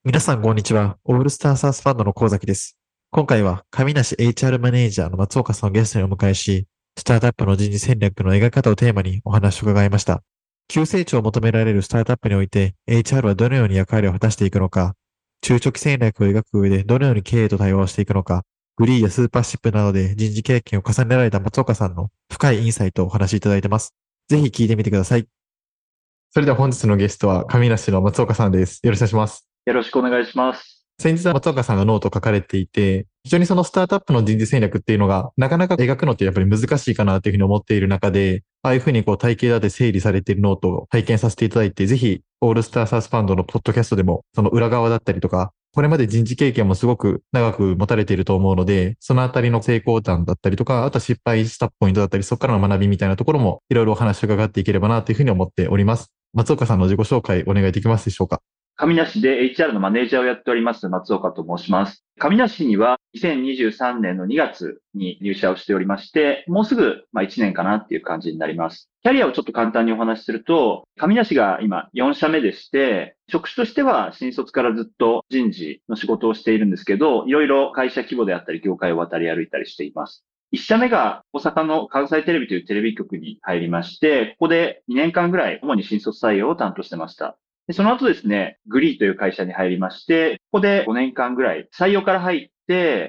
皆さん、こんにちは。オールスターサースファンドの神崎です。今回は、上梨 HR マネージャーの松岡さんをゲストにお迎えし、スタートアップの人事戦略の描き方をテーマにお話を伺いました。急成長を求められるスタートアップにおいて、HR はどのように役割を果たしていくのか、中長期戦略を描く上でどのように経営と対話をしていくのか、グリーやスーパーシップなどで人事経験を重ねられた松岡さんの深いインサイトをお話しいただいています。ぜひ聞いてみてください。それでは本日のゲストは、上梨の松岡さんです。よろしくお願いします。 よろしくお願いします。 先日は松岡さんがノートを書かれていて、非常にそのスタートアップの人事戦略っていうのが、なかなか描くのってやっぱり難しいかなというふうに思っている中で、ああいうふうに体系立て整理されているノートを拝見させていただいて、ぜひ、オールスターサウスファンドのポッドキャストでも、その裏側だったりとか、これまで人事経験もすごく長く持たれていると思うので、そのあたりの成功談だったりとか、あとは失敗したポイントだったり、そこからの学びみたいなところも、いろいろお話を伺っていければなというふうに思っております。松岡さんの自己紹介お願いできますでしょうか？ 上梨で HR のマネージャーをやっております松岡と申します。上梨には2023年の2月に入社をしておりまして、もうすぐ1年かなっていう感じになります。キャリアをちょっと簡単にお話しすると、上梨が今4社目でして、職種としては新卒からずっと人事の仕事をしているんですけど、いろいろ会社規模であったり業界を渡り歩いたりしています。1社目が大阪の関西テレビというテレビ局に入りまして、ここで2年間ぐらい主に新卒採用を担当してました。で、その後ですね、グリーという会社に入りまして、ここで5年間ぐらい採用から入って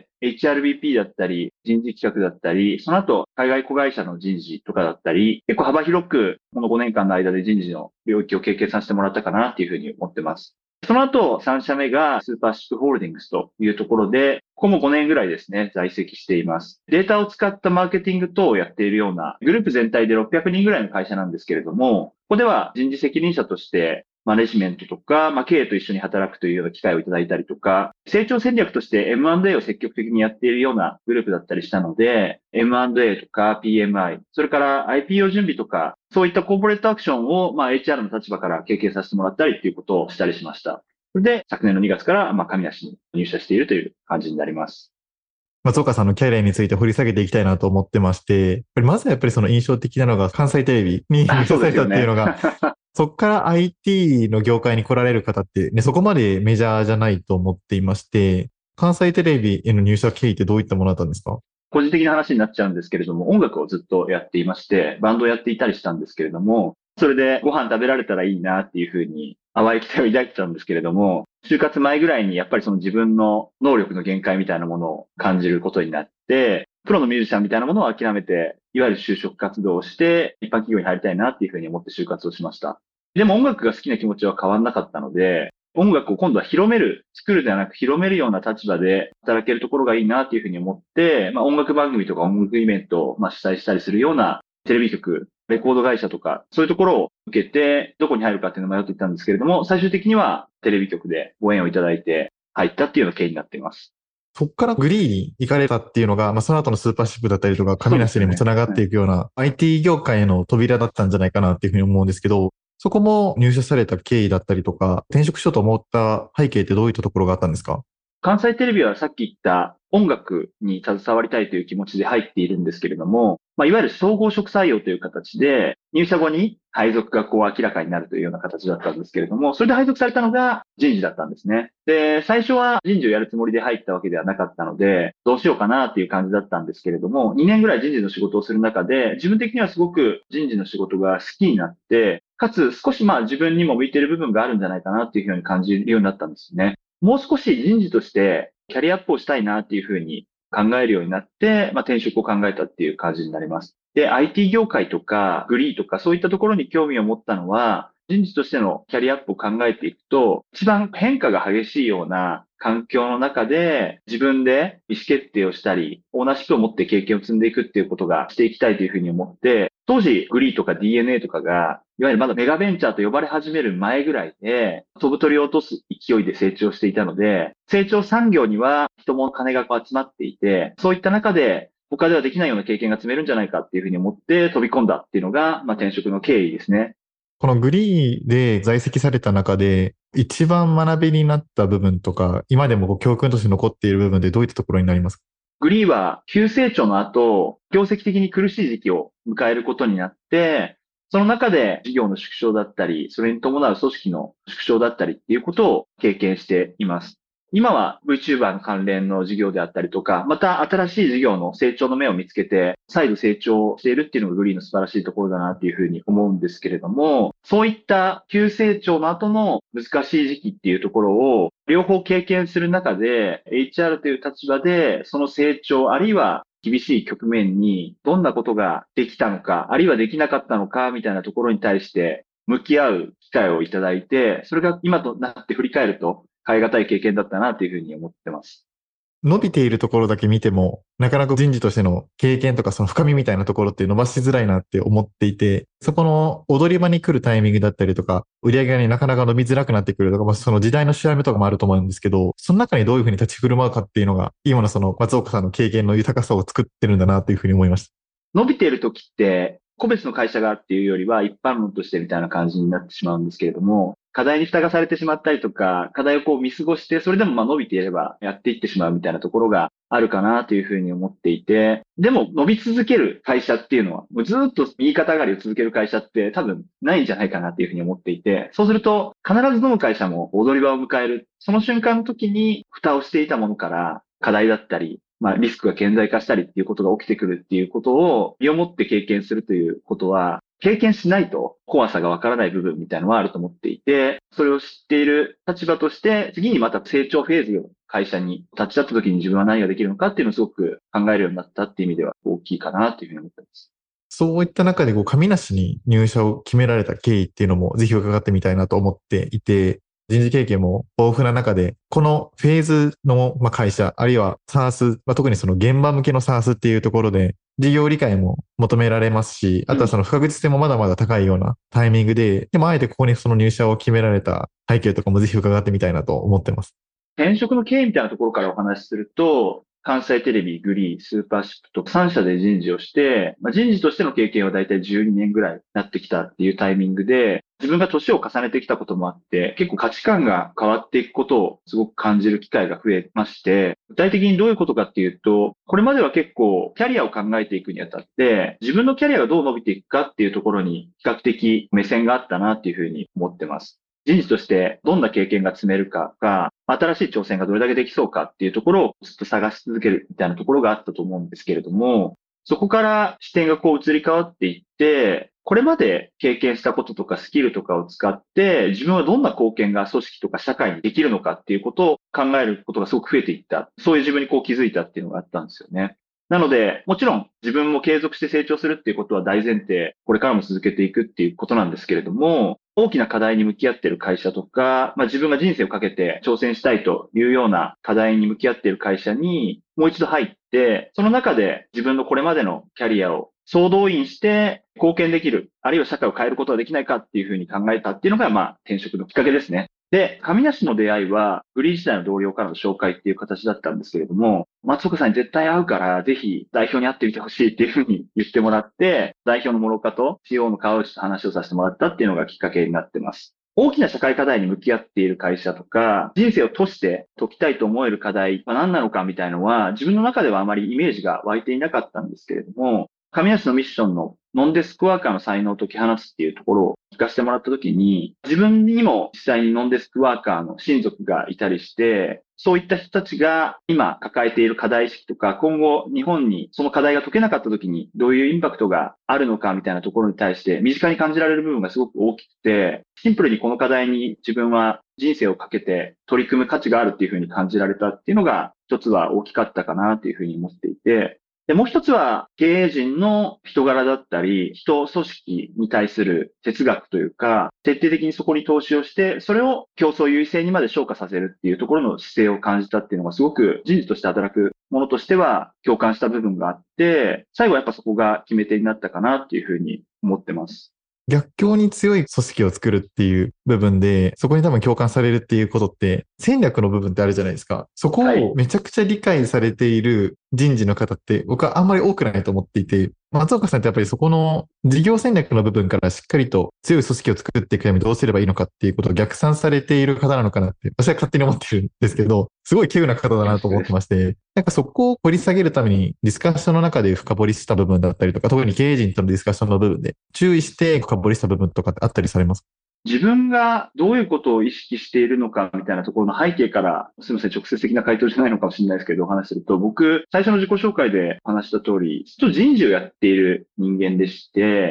、HRBP だったり、人事企画だったり、その後、海外子会社の人事とかだったり、結構幅広く、この5年間の間で人事の領域を経験させてもらったかなっていうふうに思ってます。その後、3社目がスーパーシップホールディングスというところで、ここも5年ぐらいですね、在籍しています。データを使ったマーケティング等をやっているような、グループ全体で600人ぐらいの会社なんですけれども、ここでは人事責任者としてマネジメントとか、経営と一緒に働くというような機会をいただいたりとか、成長戦略として M&A を積極的にやっているようなグループだったりしたので、M&A とか PMI、それから IPO 準備とか、そういったコーポレートアクションを、HR の立場から経験させてもらったりっていうことをしたりしました。それで、昨年の2月から、上梨に入社しているという感じになります。 松岡さんのキャリアについて掘り下げていきたいなと思ってまして、まずはやっぱりその印象的なのが関西テレビに入社そうされたですよね。 っていうのが、そこから IT の業界に来られる方ってね、そこまでメジャーじゃないと思っていまして、関西テレビへの入社経緯ってどういったものだったんですか？ 個人的な話になっちゃうんですけれども、音楽をずっとやっていまして、バンドをやっていたりしたんですけれども、それでご飯食べられたらいいなっていうふうに淡い期待を抱いてたんですけれども、就活前ぐらいにやっぱりその自分の能力の限界みたいなものを感じることになって、プロのミュージシャンみたいなものを諦めて、いわゆる就職活動をして、一般企業に入りたいなっていうふうに思って就活をしました。でも音楽が好きな気持ちは変わんなかったので、音楽を今度は広める、作るではなく広めるような立場で働けるところがいいなというふうに思って、音楽番組とか音楽イベントを主催したりするようなテレビ局、レコード会社とか、そういうところを受けて、どこに入るかっていうのを迷っていたんですけれども、最終的にはテレビ局でご縁をいただいて入ったっていうような経緯になっています。 そこからグリーに行かれたっていうのが、その後のスーパーシップだったりとか、 そう上梨にもですよね。 繋がっていくような IT 業界への扉だったんじゃないかなっていうふうに思うんですけど、そこも入社された経緯だったりとか、転職しようと思った背景ってどういったところがあったんですか？ 関西テレビはさっき言った音楽に携わりたいという気持ちで入っているんですけれども、いわゆる総合職採用という形で、入社後に配属が明らかになるというような形だったんですけれども、それで配属されたのが人事だったんですね。で、最初は人事をやるつもりで入ったわけではなかったので、どうしようかなっていう感じだったんですけれども、2年ぐらい人事の仕事をする中で、自分的にはすごく人事の仕事が好きになって、かつ少し自分にも向いている部分があるんじゃないかなっていうふうに感じるようになったんですね。もう少し人事としてキャリアアップをしたいなっていうふうに考えるようになって、転職を考えたっていう感じになります。で、IT 業界とかグリーとかそういったところに興味を持ったのは、人事としてのキャリアアップを考えていくと、一番変化が激しいような環境の中で自分で意思決定をしたり、オーナーシップを持って経験を積んでいくっていうことがしていきたいというふうに思って、当時グリーとか DNA とかが、いわゆるまだメガベンチャーと呼ばれ始める前ぐらいで、飛ぶ鳥を落とす勢いで成長していたので、成長産業には人も金が集まっていて、そういった中で他ではできないような経験が積めるんじゃないかっていうふうに思って飛び込んだっていうのが、転職の経緯ですね。 このグリーで在籍された中で、一番学びになった部分とか、今でも教訓として残っている部分でどういったところになりますか？ グリーは急成長の後、業績的に苦しい時期を迎えることになって、 その中で事業の縮小だったり、それに伴う組織の縮小だったりっていうことを経験しています。今は VTuber の関連の事業であったりとか、また新しい事業の成長の目を見つけて、再度成長しているっていうのがグリーンの素晴らしいところだなっていうふうに思うんですけれども、そういった急成長の後の難しい時期っていうところを両方経験する中で、HR という立場でその成長、あるいは厳しい局面にどんなことができたのか、あるいはできなかったのか、みたいなところに対して向き合う機会をいただいて、それが今となって振り返ると、変え難い経験だったなというふうに思ってます。 伸びているところだけ見ても、なかなか人事としての経験とかその深みみたいなところって伸ばしづらいなって思っていて、そこの踊り場に来るタイミングだったりとか、売り上げがなかなか伸びづらくなってくるとか、その時代の調べとかもあると思うんですけど、その中にどういうふうに立ち振る舞うかっていうのが、今のその松岡さんの経験の豊かさを作ってるんだなというふうに思いました。 伸びている時って、個別の会社がっていうよりは一般論としてみたいな感じになってしまうんですけれども、課題に蓋がされてしまったりとか、課題をこう見過ごして、それでも伸びていればやっていってしまうみたいなところがあるかなというふうに思っていて、でも伸び続ける会社っていうのは、もうずっと右肩上がりを続ける会社って多分ないんじゃないかなっていうふうに思っていて、そうすると必ずどの会社も踊り場を迎える。その瞬間の時に蓋をしていたものから課題だったり、リスクが顕在化したりっていうことが起きてくるっていうことを身をもって経験するということは、経験しないと怖さがわからない部分みたいなのはあると思っていて、それを知っている立場として、次にまた成長フェーズの会社に立ち会った時に自分は何ができるのかっていうのをすごく考えるようになったっていう意味では大きいかなというふうに思っています。 そういった中で紙なしに入社を決められた経緯っていうのもぜひ伺ってみたいなと思っていて、人事経験も豊富な中で、このフェーズの会社、あるいは SaaS、特にその現場向けの SaaS っていうところで、事業理解も求められますし、あとはその不確実性もまだまだ高いようなタイミングで、でもあえてここにその入社を決められた背景とかもぜひ伺ってみたいなと思ってます。 転職の経緯みたいなところからお話しすると、関西テレビ、グリー、スーパーシップと3社で人事をして、人事としての経験はだいたい12年ぐらいになってきたっていうタイミングで、自分が年を重ねてきたこともあって、結構価値観が変わっていくことをすごく感じる機会が増えまして、具体的にどういうことかっていうと、これまでは結構キャリアを考えていくにあたって、自分のキャリアがどう伸びていくかっていうところに比較的目線があったなっていうふうに思ってます。人事としてどんな経験が積めるかが、新しい挑戦がどれだけできそうかっていうところをずっと探し続けるみたいなところがあったと思うんですけれども、そこから視点がこう移り変わっていって、これまで経験したこととかスキルとかを使って、自分はどんな貢献が組織とか社会にできるのかっていうことを考えることがすごく増えていった。そういう自分にこう気づいたっていうのがあったんですよね。なので、もちろん自分も継続して成長するっていうことは大前提、これからも続けていくっていうことなんですけれども、大きな課題に向き合っている会社とか、自分が人生をかけて挑戦したいというような課題に向き合っている会社にもう一度入って、その中で自分のこれまでのキャリアを総動員して貢献できる、あるいは社会を変えることができないかっていうふうに考えたっていうのが、転職のきっかけですね。で、神梨の出会いは、グリーン時代の同僚からの紹介っていう形だったんですけれども、松岡さんに絶対会うから、ぜひ代表に会ってみてほしいっていうふうに言ってもらって、代表の諸岡と CEO の川内と話をさせてもらったっていうのがきっかけになってます。大きな社会課題に向き合っている会社とか、人生を通して解きたいと思える課題は何なのかみたいのは、自分の中ではあまりイメージが湧いていなかったんですけれども、神安のミッションのノンデスクワーカーの才能を解き放つっていうところを聞かせてもらったときに、自分にも実際にノンデスクワーカーの親族がいたりして、そういった人たちが今抱えている課題意識とか、今後日本にその課題が解けなかったときにどういうインパクトがあるのかみたいなところに対して身近に感じられる部分がすごく大きくて、シンプルにこの課題に自分は人生をかけて取り組む価値があるっていうふうに感じられたっていうのが一つは大きかったかなというふうに思っていて、で、もう一つは、経営陣の人柄だったり、人、組織に対する哲学というか、徹底的にそこに投資をして、それを競争優位性にまで昇華させるっていうところの姿勢を感じたっていうのがすごく人事として働くものとしては共感した部分があって、最後はやっぱそこが決め手になったかなっていうふうに思ってます。 逆境に強い組織を作るっていう部分で、そこに多分共感されるっていうことって戦略の部分ってあるじゃないですか。そこをめちゃくちゃ理解されている人事の方って僕はあんまり多くないと思っていて、 松岡さんってやっぱりそこの事業戦略の部分からしっかりと強い組織を作っていくためにどうすればいいのかっていうことを逆算されている方なのかなって、私は勝手に思ってるんですけど、すごい稀有な方だなと思ってまして、なんかそこを掘り下げるためにディスカッションの中で深掘りした部分だったりとか、特に経営陣とのディスカッションの部分で注意して深掘りした部分とかってあったりされますか？ 自分がどういうことを意識しているのかみたいなところの背景から、すみません、直接的な回答じゃないのかもしれないですけど、お話しすると、僕、最初の自己紹介でお話した通り、ずっと人事をやっている人間でして、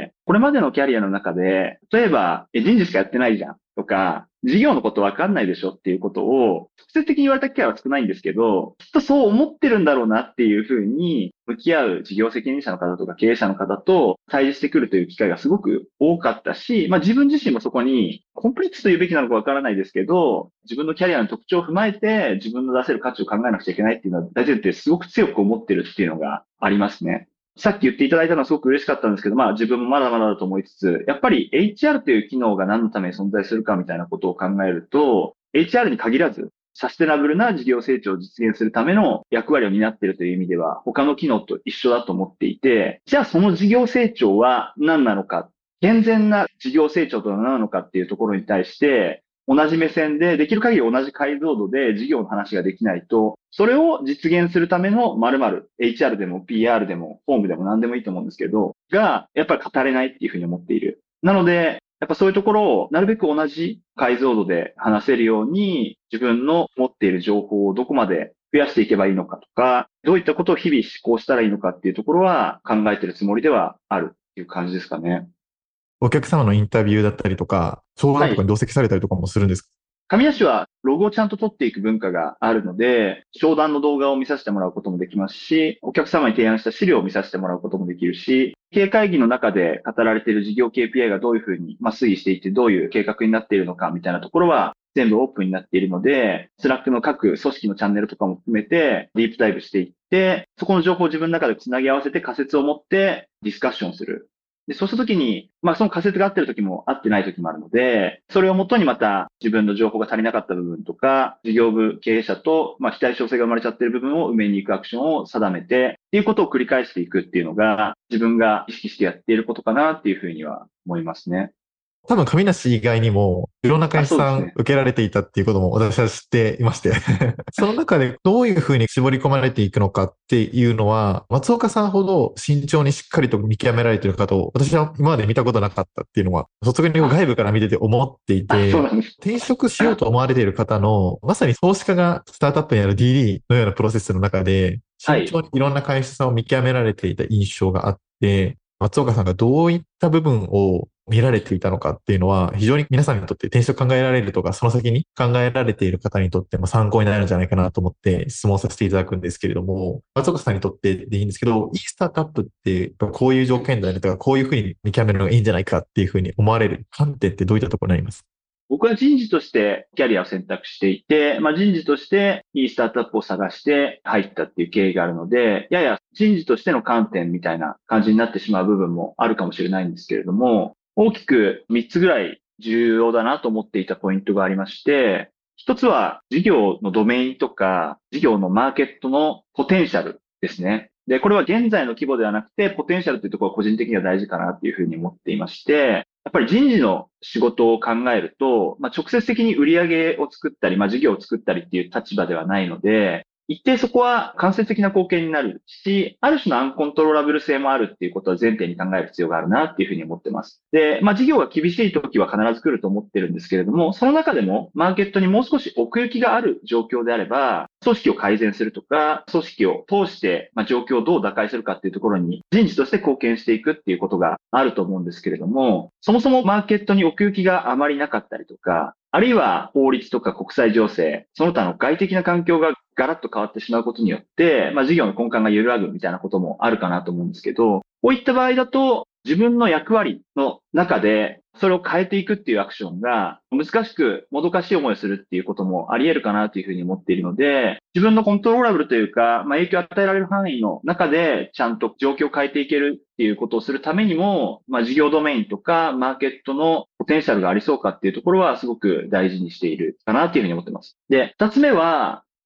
これまでのキャリアの中で、例えば、人事しかやってないじゃんとか、事業のことわかんないでしょっていうことを、直接的に言われた機会は少ないんですけど、きっとそう思ってるんだろうなっていうふうに、向き合う事業責任者の方とか経営者の方と対峙してくるという機会がすごく多かったし、自分自身もそこにコンプレックスというべきなのかわからないですけど、自分のキャリアの特徴を踏まえて自分の出せる価値を考えなくちゃいけないっていうのは大前提すごく強く思ってるっていうのがありますね。さっき言っていただいたのはすごく嬉しかったんですけど、自分もまだまだだと思いつつ、やっぱり HR という機能が何のために存在するかみたいなことを考えると、HR に限らず、サステナブルな事業成長を実現するための役割を担っているという意味では、他の機能と一緒だと思っていて、じゃあその事業成長は何なのか、健全な事業成長とは何なのかっていうところに対して、同じ目線で、できる限り同じ解像度で事業の話ができないと、それを実現するための〇〇、HR でも PR でも、ホームでも何でもいいと思うんですけど、が、やっぱり語れないっていうふうに思っている。なので、やっぱそういうところをなるべく同じ解像度で話せるように、自分の持っている情報をどこまで増やしていけばいいのかとか、どういったことを日々思考したらいいのかっていうところは考えてるつもりではあるっていう感じですかね。 お客様のインタビューだったりとか、相はい。 談とかに同席されたりとかもするんですか？ 神谷市はログをちゃんと取っていく文化があるので、商談の動画を見させてもらうこともできますし、お客様に提案した資料を見させてもらうこともできるし、経営会議の中で語られている事業 KPI がどういうふうに推移していって、どういう計画になっているのかみたいなところは全部オープンになっているので、スラックの各組織のチャンネルとかも含めてディープダイブしていって、そこの情報を自分の中でつなぎ合わせて仮説を持ってディスカッションする。で、そうしたときに、その仮説が合ってるときも合ってないときもあるので、それをもとにまた自分の情報が足りなかった部分とか、事業部経営者と、期待小性が生まれちゃってる部分を埋めに行くアクションを定めて、っていうことを繰り返していくっていうのが、自分が意識してやっていることかなっていうふうには思いますね。 多分、上梨以外にも、いろんな会社そうですね。 さん受けられていたっていうことも私は知っていましてその中でどういうふうに絞り込まれていくのかっていうのは、松岡さんほど慎重にしっかりと見極められている方を、私は今まで見たことなかったっていうのは、率直にあ、 外部から見てて思っていそうて、 なんです。 転職しようと思われている方の、まさに投資家がスタートアップにある DD のようなプロセスの中で、 はい。 慎重にいろんな会社さんを見極められていた印象があって、松岡さんがどういった部分を見られていたのかっていうのは、非常に皆さんにとって転職考えられるとか、その先に考えられている方にとっても参考になるんじゃないかなと思って質問させていただくんですけれども、松岡さんにとってでいいんですけど、いいスタートアップってやっぱこういう条件だよねとか、こういうふうに見極めるのがいいんじゃないかっていうふうに思われる観点ってどういったところになります？ 僕は人事としてキャリアを選択していて、人事としていいスタートアップを探して入ったっていう経緯があるので、やや人事としての観点みたいな感じになってしまう部分もあるかもしれないんですけれども、大きく3つぐらい重要だなと思っていたポイントがありまして、一つは事業のドメインとか事業のマーケットのポテンシャルですね。で、これは現在の規模ではなくて、ポテンシャルというところは個人的には大事かなっていうふうに思っていまして、やっぱり人事の仕事を考えると、直接的に売り上げを作ったり、事業を作ったりっていう立場ではないので、一定そこは間接的な貢献になるし、ある種のアンコントローラブル性もあるっていうことは前提に考える必要があるなっていうふうに思ってます。で、事業が厳しい時は必ず来ると思ってるんですけれども、その中でもマーケットにもう少し奥行きがある状況であれば、組織を改善するとか、組織を通して、状況をどう打開するかっていうところに人事として貢献していくっていうことがあると思うんですけれども、そもそもマーケットに奥行きがあまりなかったりとか、あるいは法律とか国際情勢、その他の外的な環境がガラッと変わってしまうことによって、事業の根幹が揺らぐみたいなこともあるかなと思うんですけど、こういった場合だと、自分の役割の中で、それを変えていくっていうアクションが難しくもどかしい思いをするっていうこともあり得るかなというふうに思っているので、自分のコントローラブルというか、影響を与えられる範囲の中でちゃんと状況を変えていけるっていうことをするためにも、事業ドメインとかマーケットのポテンシャルがありそうかっていうところはすごく大事にしているかなっていうふうに思ってます。で、二つ目は、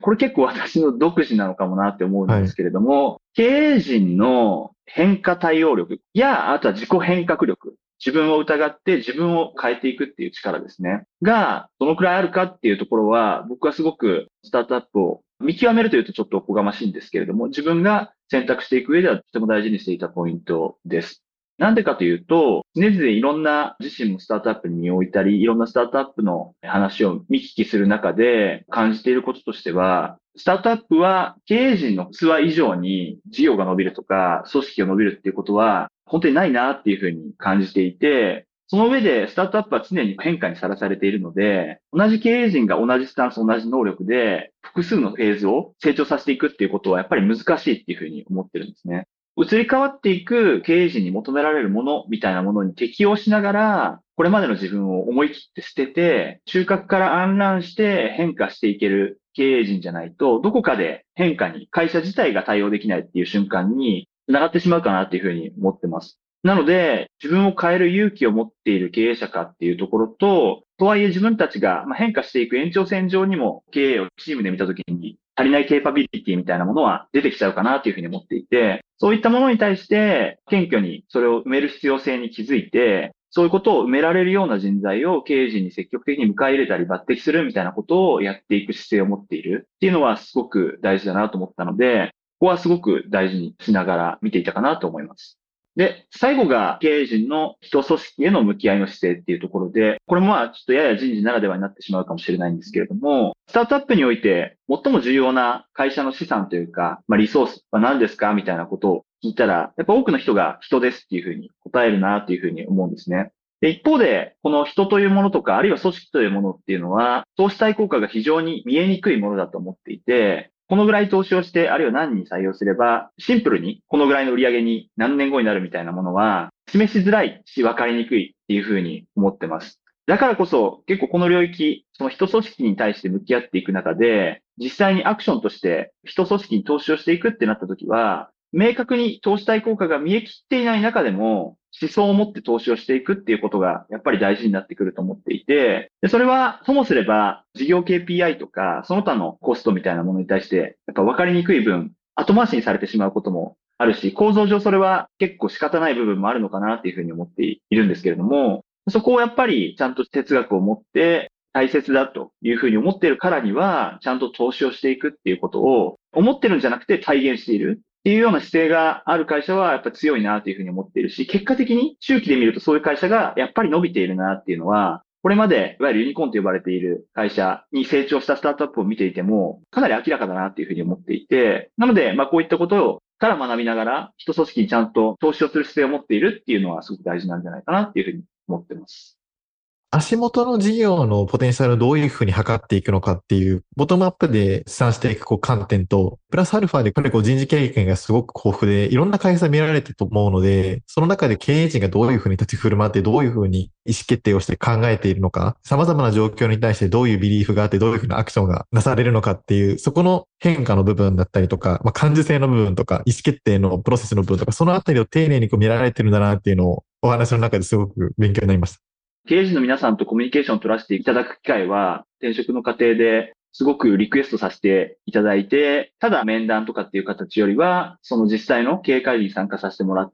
これ結構私の独自なのかもなって思うんはい。 ですけれども、経営陣の変化対応力や、あとは自己変革力、自分を疑って自分を変えていくっていう力ですね。が、どのくらいあるかっていうところは、僕はすごくスタートアップを見極めるというとちょっとおこがましいんですけれども、自分が選択していく上ではとても大事にしていたポイントです。なんでかというと、常々いろんな自身もスタートアップに身を置いたり、いろんなスタートアップの話を見聞きする中で感じていることとしては、スタートアップは経営陣の器以上に事業が伸びるとか、組織が伸びるっていうことは本当にないなっていうふうに感じていて、その上でスタートアップは常に変化にさらされているので、同じ経営陣が同じスタンス、同じ能力で複数のフェーズを成長させていくっていうことはやっぱり難しいっていうふうに思ってるんですね。移り変わっていく経営陣に求められるものみたいなものに適応しながら、これまでの自分を思い切って捨てて、中核から安乱して変化していける経営陣じゃないと、どこかで変化に会社自体が対応できないっていう瞬間に繋がってしまうかなっていうふうに思ってます。なので、自分を変える勇気を持っている経営者かっていうところと、とはいえ自分たちが変化していく延長線上にも経営をチームで見たときに足りないケーパビリティみたいなものは出てきちゃうかなというふうに思っていて、そういったものに対して謙虚にそれを埋める必要性に気づいて、そういうことを埋められるような人材を経営陣に積極的に迎え入れたり抜擢するみたいなことをやっていく姿勢を持っているっていうのはすごく大事だなと思ったので、ここはすごく大事にしながら見ていたかなと思います。で、最後が経営陣の人組織への向き合いの姿勢っていうところで、これもちょっとやや人事ならではになってしまうかもしれないんですけれども、スタートアップにおいて最も重要な会社の資産というか、リソースは何ですかみたいなことを聞いたら、やっぱ多くの人が人ですっていうふうに答えるなっていうふうに思うんですね。で、一方で、この人というものとか、あるいは組織というものっていうのは、投資対効果が非常に見えにくいものだと思っていて、このぐらい投資をして、あるいは何人採用すれば、シンプルにこのぐらいの売り上げに何年後になるみたいなものは、示しづらいし分かりにくいっていうふうに思ってます。だからこそ、結構この領域、その人組織に対して向き合っていく中で、実際にアクションとして人組織に投資をしていくってなった時は、明確に投資対効果が見えきっていない中でも、思想を持って投資をしていくっていうことがやっぱり大事になってくると思っていて、でそれはともすれば事業 KPI とかその他のコストみたいなものに対してやっぱ分かりにくい分後回しにされてしまうこともあるし、構造上それは結構仕方ない部分もあるのかなっていうふうに思っているんですけれども、そこをやっぱりちゃんと哲学を持って大切だというふうに思っているからには、ちゃんと投資をしていくっていうことを思ってるんじゃなくて体現している。っていうような姿勢がある会社はやっぱ強いなというふうに思っているし、結果的に中期で見るとそういう会社がやっぱり伸びているなっていうのは、これまでいわゆるユニコーンと呼ばれている会社に成長したスタートアップを見ていても、かなり明らかだなっていうふうに思っていて、なので、こういったことをから学びながら、人組織にちゃんと投資をする姿勢を持っているっていうのはすごく大事なんじゃないかなっていうふうに思ってます。 足元の事業のポテンシャルをどういうふうに測っていくのかっていう、ボトムアップで試算していく観点と、プラスアルファで彼人事経験がすごく豊富で、いろんな会社見られてると思うので、その中で経営陣がどういうふうに立ち振る舞って、どういうふうに意思決定をして考えているのか、様々な状況に対してどういうビリーフがあって、どういうふうなアクションがなされるのかっていう、そこの変化の部分だったりとか、感受性の部分とか、意思決定のプロセスの部分とか、そのあたりを丁寧に見られてるんだなっていうのを、お話の中ですごく勉強になりました。 経営陣の皆さんとコミュニケーションを取らせていただく機会は、転職の過程ですごくリクエストさせていただいて、ただ面談とかっていう形よりは、その実際の経営会議に参加させてもらって、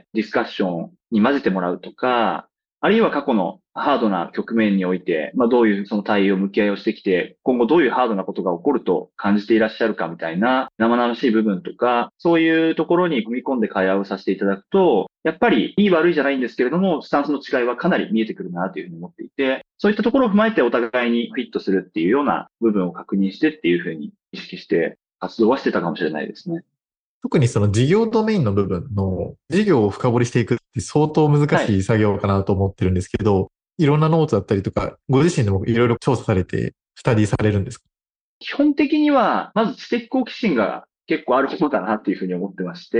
ディスカッションに混ぜてもらうとか、あるいは過去のハードな局面において、どういうその対応、向き合いをしてきて、今後どういうハードなことが起こると感じていらっしゃるかみたいな生々しい部分とか、そういうところに踏み込んで会話をさせていただくと、やっぱりいい悪いじゃないんですけれども、スタンスの違いはかなり見えてくるなというふうに思っていて、そういったところを踏まえてお互いにフィットするっていうような部分を確認してっていうふうに意識して活動はしてたかもしれないですね。 特にその事業ドメインの部分の事業を深掘りしていくって相当難はい。 しい作業かなと思ってるんですけど、いろんなノートだったりとか、ご自身でもいろいろ調査されて、スタディされるんですか？ 基本的には、まず知的好奇心が結構あることだなっていうふうに思ってまして、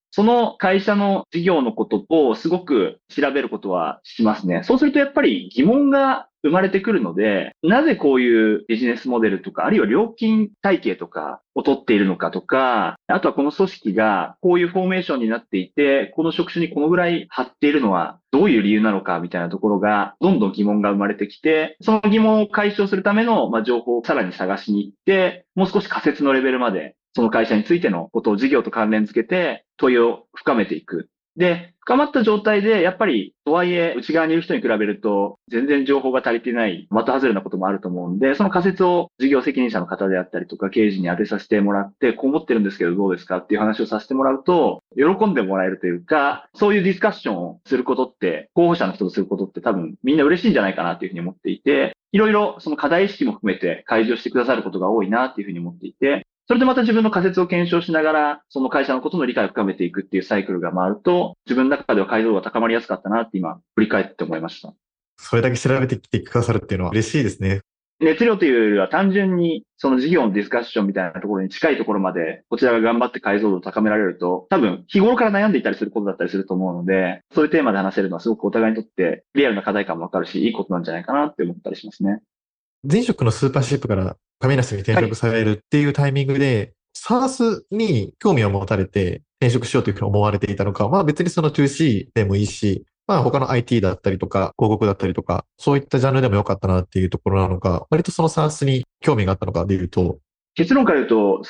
その会社の事業のことをすごく調べることはしますね。そうするとやっぱり疑問が生まれてくるので、なぜこういうビジネスモデルとか、あるいは料金体系とかを取っているのかとか、あとはこの組織がこういうフォーメーションになっていて、この職種にこのぐらい張っているのはどういう理由なのかみたいなところが、どんどん疑問が生まれてきて、その疑問を解消するための情報をさらに探しに行って、もう少し仮説のレベルまでその会社についてのことを事業と関連付けて問いを深めていく。で、深まった状態で、やっぱり、とはいえ、内側にいる人に比べると、全然情報が足りてない、的外れなこともあると思うんで、その仮説を事業責任者の方であったりとか、経営陣に当てさせてもらって、こう思ってるんですけどどうですかっていう話をさせてもらうと、喜んでもらえるというか、そういうディスカッションをすることって、候補者の人とすることって多分みんな嬉しいんじゃないかなっていうふうに思っていて、いろいろその課題意識も含めて開示をしてくださることが多いなっていうふうに思っていて、それでまた自分の仮説を検証しながら、その会社のことの理解を深めていくっていうサイクルが回ると、自分の中では解像度が高まりやすかったなって今、振り返って思いました。 それだけ調べてきてくださるっていうのは嬉しいですね。 熱量というよりは単純にその事業のディスカッションみたいなところに近いところまでこちらが頑張って解像度を高められると多分日頃から悩んでいたりすることだったりすると思うので、そういうテーマで話せるのはすごくお互いにとってリアルな課題感もわかるし、いいことなんじゃないかなって思ったりしますね。 前職のスーパーシップから神梨に転はい。 職されるっていうタイミングで、SaaS に興味を持たれて転職しようというふうに思われていたのか、まあ別にその 2C でもいいし、まあ他の IT だったりとか、広告だったりとか、そういったジャンルでもよかったなっていうところなのか、割とその SaaS に興味があったのかでいうと、 結論から言うと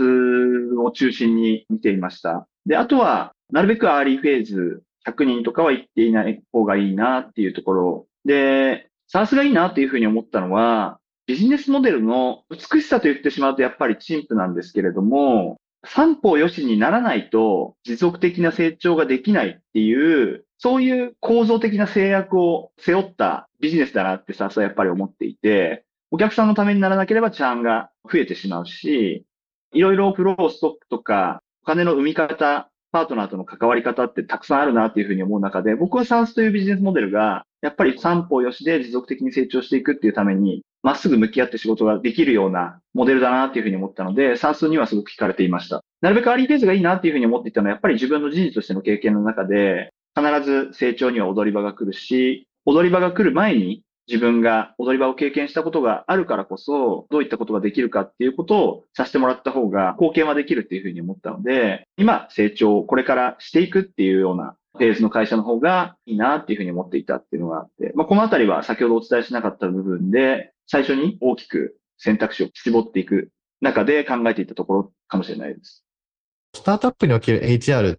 SaaS を中心に見ていました。で、あとはなるべくアーリーフェーズ100人とかは行っていない方がいいなっていうところで、SaaS がいいなっていうふうに思ったのは、ビジネスモデルの美しさと言ってしまうとやっぱり陳腐なんですけれども、三方よしにならないと持続的な成長ができないっていう、そういう構造的な制約を背負ったビジネスだなってSaaSはやっぱり思っていて、お客さんのためにならなければチャーンが増えてしまうし、いろいろフローストックとか、お金の生み方、パートナーとの関わり方ってたくさんあるなっていうふうに思う中で、僕はサ a スというビジネスモデルが、やっぱり三方よしで持続的に成長していくっていうために、まっすぐ向き合って仕事ができるようなモデルだなっていうふうに思ったので、サ a スにはすごく惹かれていました。なるべくアーリーフェーズがいいなっていうふうに思っていたのは、やっぱり自分の人事としての経験の中で、必ず成長には踊り場が来るし、踊り場が来る前に自分が踊り場を経験したことがあるからこそ、どういったことができるかっていうことをさせてもらった方が貢献はできるっていうふうに思ったので、今成長をこれからしていくっていうようなフェーズの会社の方がいいなっていうふうに思っていたっていうのがあって、このあたりは先ほどお伝えしなかった部分で、最初に大きく選択肢を絞っていく中で考えていったところかもしれないです。 スタートアップにおける HR って、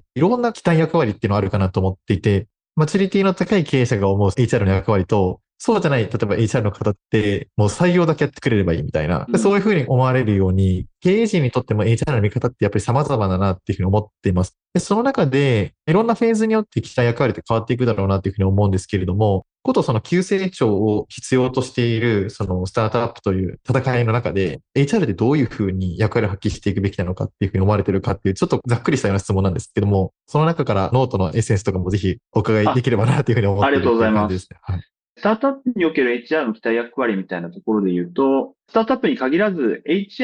いろんな期待役割っていうのがあるかなと思っていて、マチュリティの高い経営者が思う HR の役割と、そうじゃない、例えば HR の方って、もう採用だけやってくれればいいみたいな、そういうふうに思われるように、経営陣にとっても HR の見方ってやっぱり様々だなっていうふうに思っています。で、その中で、いろんなフェーズによって期待役割って変わっていくだろうなっていうふうに思うんですけれども、ことその急成長を必要としている、そのスタートアップという戦いの中で、HR でどういうふうに役割を発揮していくべきなのかっていうふうに思われているかっていう、ちょっとざっくりしたような質問なんですけども、その中からノートのエッセンスとかもぜひお伺いできればなというふうに思っありがとうごているっていざいます。 う感じですね。はい。 スタートアップにおける HR の期待役割みたいなところで言うと、スタートアップに限らず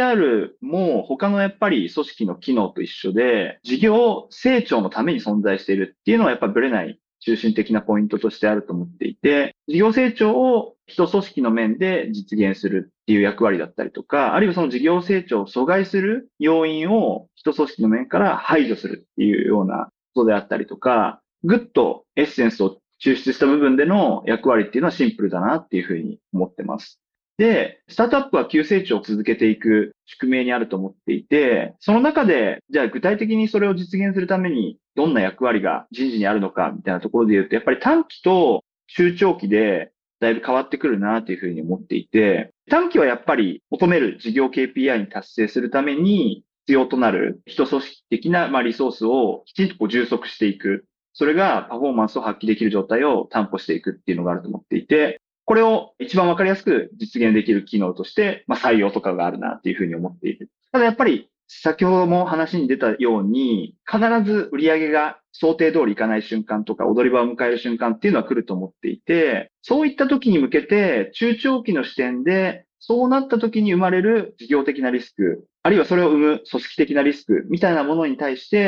HR も他のやっぱり組織の機能と一緒で、事業成長のために存在しているっていうのはやっぱブレない中心的なポイントとしてあると思っていて、事業成長を一組織の面で実現するっていう役割だったりとか、あるいはその事業成長を阻害する要因を一組織の面から排除するっていうようなことであったりとか、ぐっとエッセンスを抽出した部分での役割っていうのはシンプルだなっていうふうに思ってます。で、スタートアップは急成長を続けていく宿命にあると思っていて、その中で、じゃあ具体的にそれを実現するためにどんな役割が人事にあるのかみたいなところで言うと、やっぱり短期と中長期でだいぶ変わってくるなというふうに思っていて、短期はやっぱり求める事業 KPI に達成するために必要となる一組織的なリソースをきちんと充足していく。それがパフォーマンスを発揮できる状態を担保していくっていうのがあると思っていて、これを一番わかりやすく実現できる機能として、採用とかがあるなっていうふうに思っている。ただやっぱり、先ほども話に出たように、必ず売り上げが想定通りいかない瞬間とか、踊り場を迎える瞬間っていうのは来ると思っていて、そういった時に向けて、中長期の視点で、そうなった時に生まれる事業的なリスク、あるいはそれを生む組織的なリスクみたいなものに対して、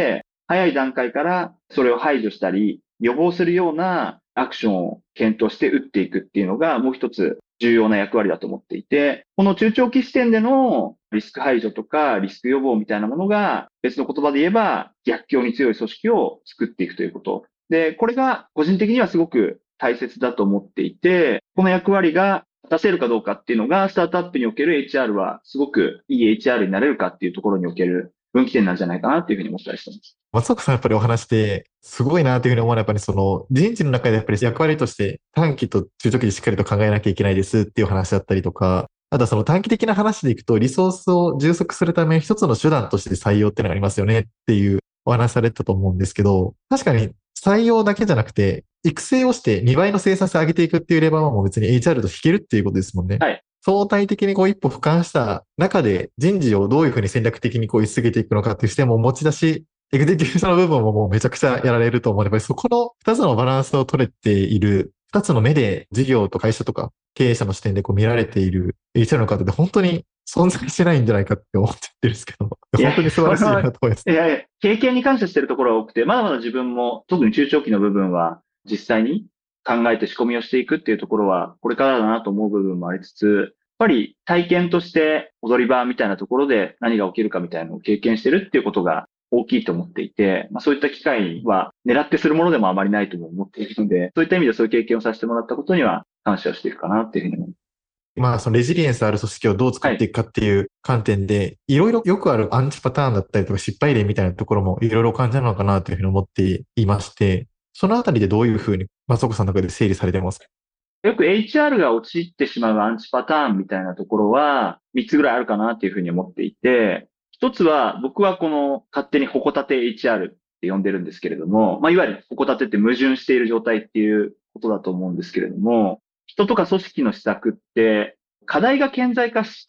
早い段階からそれを排除したり、予防するようなアクションを検討して打っていくっていうのがもう一つ重要な役割だと思っていて、この中長期視点でのリスク排除とかリスク予防みたいなものが別の言葉で言えば逆境に強い組織を作っていくということ。で、これが個人的にはすごく大切だと思っていて、この役割が果たせるかどうかっていうのがスタートアップにおける HR はすごくいい HR になれるかっていうところにおける分岐点なんじゃないかなっていうふうに思ったりしてます。 松岡さんやっぱりお話してすごいなというふうに思うのはやっぱりその人事の中でやっぱり役割として短期と中長期でしっかりと考えなきゃいけないですっていう話だったりとか、あとはその短期的な話でいくとリソースを充足するための一つの手段として採用っていうのがありますよねっていうお話されてたと思うんですけど、確かに採用だけじゃなくて育成をして2倍の生産性を上げていくっていうレバーはもう別に HR と引けるっていうことですもんね。 はい。 相対的にこう一歩俯瞰した中で人事をどういうふうに戦略的にこう居続けていくのかっていう視点も持ち出し、エグゼクティブの部分ももうめちゃくちゃやられると思うので、やっぱりそこの二つのバランスを取れている、二つの目で事業と会社とか経営者の視点でこう見られている HR の方って本当に存在してないんじゃないかって思っちゃってるんですけど、 いや、 本当に素晴らしいなと思います。 いやいや、経験に感謝してるところが多くて、まだまだ自分も特に中長期の部分は実際に考えて仕込みをしていくっていうところはこれからだなと思う部分もありつつ、やっぱり体験として踊り場みたいなところで何が起きるかみたいなのを経験してるっていうことが大きいと思っていて、そういった機会は狙ってするものでもあまりないとも思っているので、そういった意味でそういう経験をさせてもらったことには感謝をしているかなっていうふうに思います。 そのレジリエンスある組織をどう作っていくかっていう観点で、いろいろよくあるアンチパターンだったりとか失敗例みたいなところもいろいろ感じるのかなというふうに思っていまして、そのあたりでどういうふうに松岡さんの中で整理されてますか？ よく HR が陥ってしまうアンチパターンみたいなところは3つぐらいあるかなっていうふうに思っていて、一つは僕はこの勝手に矛立て HR って呼んでるんですけれども、いわゆる矛立てって矛盾している状態っていうことだと思うんですけれども、人とか組織の施策って課題が顕在化して、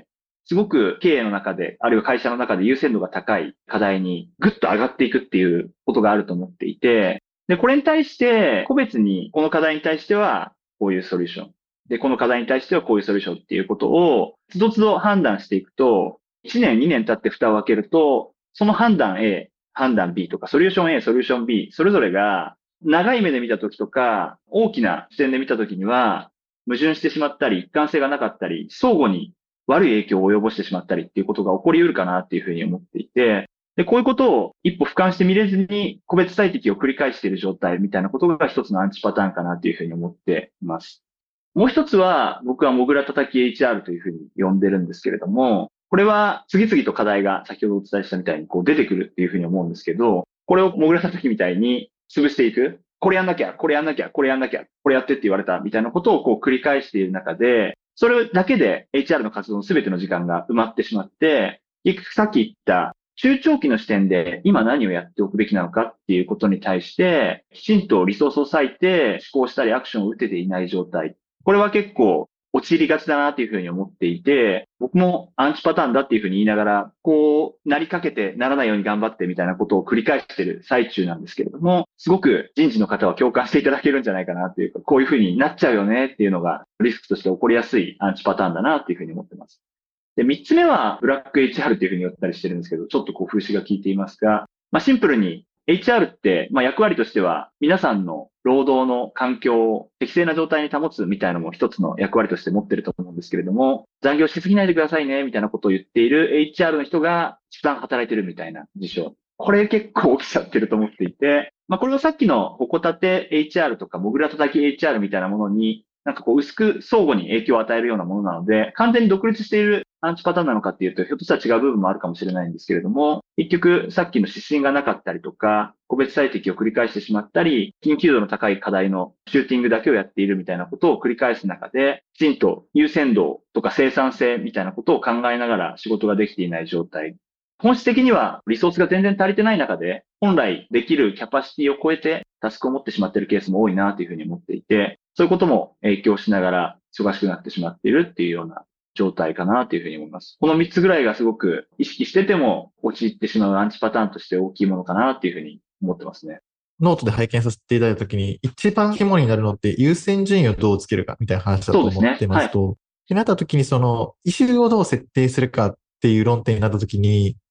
すごく経営の中で、あるいは会社の中で優先度が高い課題にぐっと上がっていくっていうことがあると思っていて、で、これに対して、個別にこの課題に対しては、こういうソリューション。で、この課題に対してはこういうソリューションっていうことを、つどつど判断していくと、1年、2年経って蓋を開けると、その判断 A、判断 B とか、ソリューション A、ソリューション B、それぞれが、長い目で見たときとか、大きな視点で見たときには、矛盾してしまったり、一貫性がなかったり、相互に悪い影響を及ぼしてしまったりっていうことが起こり得るかなっていうふうに思っていて、で、こういうことを一歩俯瞰して見れずに個別最適を繰り返している状態みたいなことが一つのアンチパターンかなというふうに思っています。もう一つは僕はモグラ叩き HR というふうに呼んでるんですけれども、これは次々と課題が先ほどお伝えしたみたいにこう出てくるっていうふうに思うんですけど、これをモグラ叩きみたいに潰していく。これやんなきゃ、これやんなきゃ、これやんなきゃ、これやってって言われたみたいなことをこう繰り返している中で、それだけで HR の活動の全ての時間が埋まってしまって、結局さっき言った中長期の視点で今何をやっておくべきなのかっていうことに対して、きちんとリソースを割いて思考したりアクションを打てていない状態。これは結構陥りがちだなっていうふうに思っていて、僕もアンチパターンだっていうふうに言いながら、こうなりかけてならないように頑張ってみたいなことを繰り返している最中なんですけれども、すごく人事の方は共感していただけるんじゃないかなっていうか、こういうふうになっちゃうよねっていうのがリスクとして起こりやすいアンチパターンだなっていうふうに思ってます。で、三つ目はブラック HR っていうふうに言ったりしてるんですけど、ちょっとこう風刺が効いていますが、シンプルに HR って、役割としては皆さんの労働の環境を適正な状態に保つみたいなのも一つの役割として持ってると思うんですけれども、残業しすぎないでくださいねみたいなことを言っている HR の人が一番働いてるみたいな事象。これ結構起きちゃってると思っていて、これはさっきのホコタテ HR とかモグラ叩き HR みたいなものになんかこう薄く相互に影響を与えるようなものなので、完全に独立しているアンチパターンなのかっていうと、ひょっとしたら違う部分もあるかもしれないんですけれども、結局さっきの指針がなかったりとか、個別最適を繰り返してしまったり、緊急度の高い課題のシューティングだけをやっているみたいなことを繰り返す中で、きちんと優先度とか生産性みたいなことを考えながら仕事ができていない状態。本質的にはリソースが全然足りてない中で、本来できるキャパシティを超えてタスクを持ってしまっているケースも多いなというふうに思っていて、そういうことも影響しながら忙しくなってしまっているっていうような状態かなというふうに思います。この3つぐらいがすごく意識してても陥ってしまうアンチパターンとして大きいものかなっていうふうに思ってますね。 ノートで拝見させていただいたときに、一番肝になるのって優先順位をどうつけるかみたいな話だと思ってますと、ってなったときにその、イシューをどう設定するかっていう論点になったときに、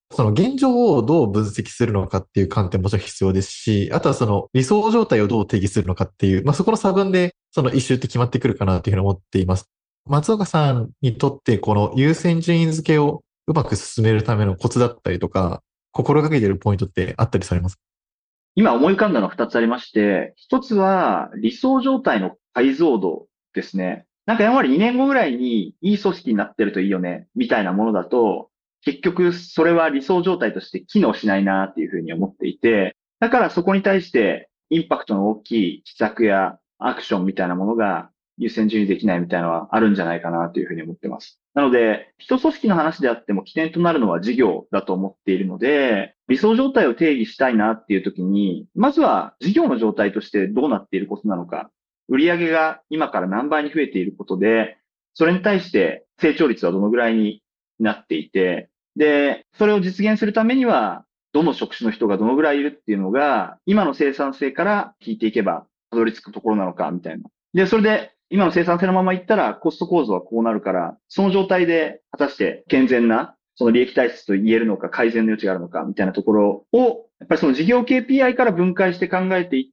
その現状をどう分析するのかっていう観点ももちろん必要ですし、あとはその理想状態をどう定義するのかっていう、そこの差分でそのイシューって決まってくるかなというふうに思っています。松岡さんにとってこの優先順位付けをうまく進めるためのコツだったりとか、心がけているポイントってあったりされますか？ 今思い浮かんだのは2つありまして、1つは理想状態の解像度ですね。なんかやはり2年後ぐらいにいい組織になってるといいよね、みたいなものだと、結局それは理想状態として機能しないなっていうふうに思っていて、だからそこに対してインパクトの大きい施策やアクションみたいなものが優先順位できないみたいなのはあるんじゃないかなというふうに思ってます。なので、一組織の話であっても起点となるのは事業だと思っているので、理想状態を定義したいなっていう時に、まずは事業の状態としてどうなっていることなのか、売上が今から何倍に増えていることで、それに対して成長率はどのぐらいになっていて、で、それを実現するためには、どの職種の人がどのぐらいいるっていうのが、今の生産性から聞いていけば、たどり着くところなのか、みたいな。で、それで、今の生産性のままいったら、コスト構造はこうなるから、その状態で、果たして健全な、その利益体質と言えるのか、改善の余地があるのか、みたいなところを、やっぱりその事業 KPI から分解して考えていって、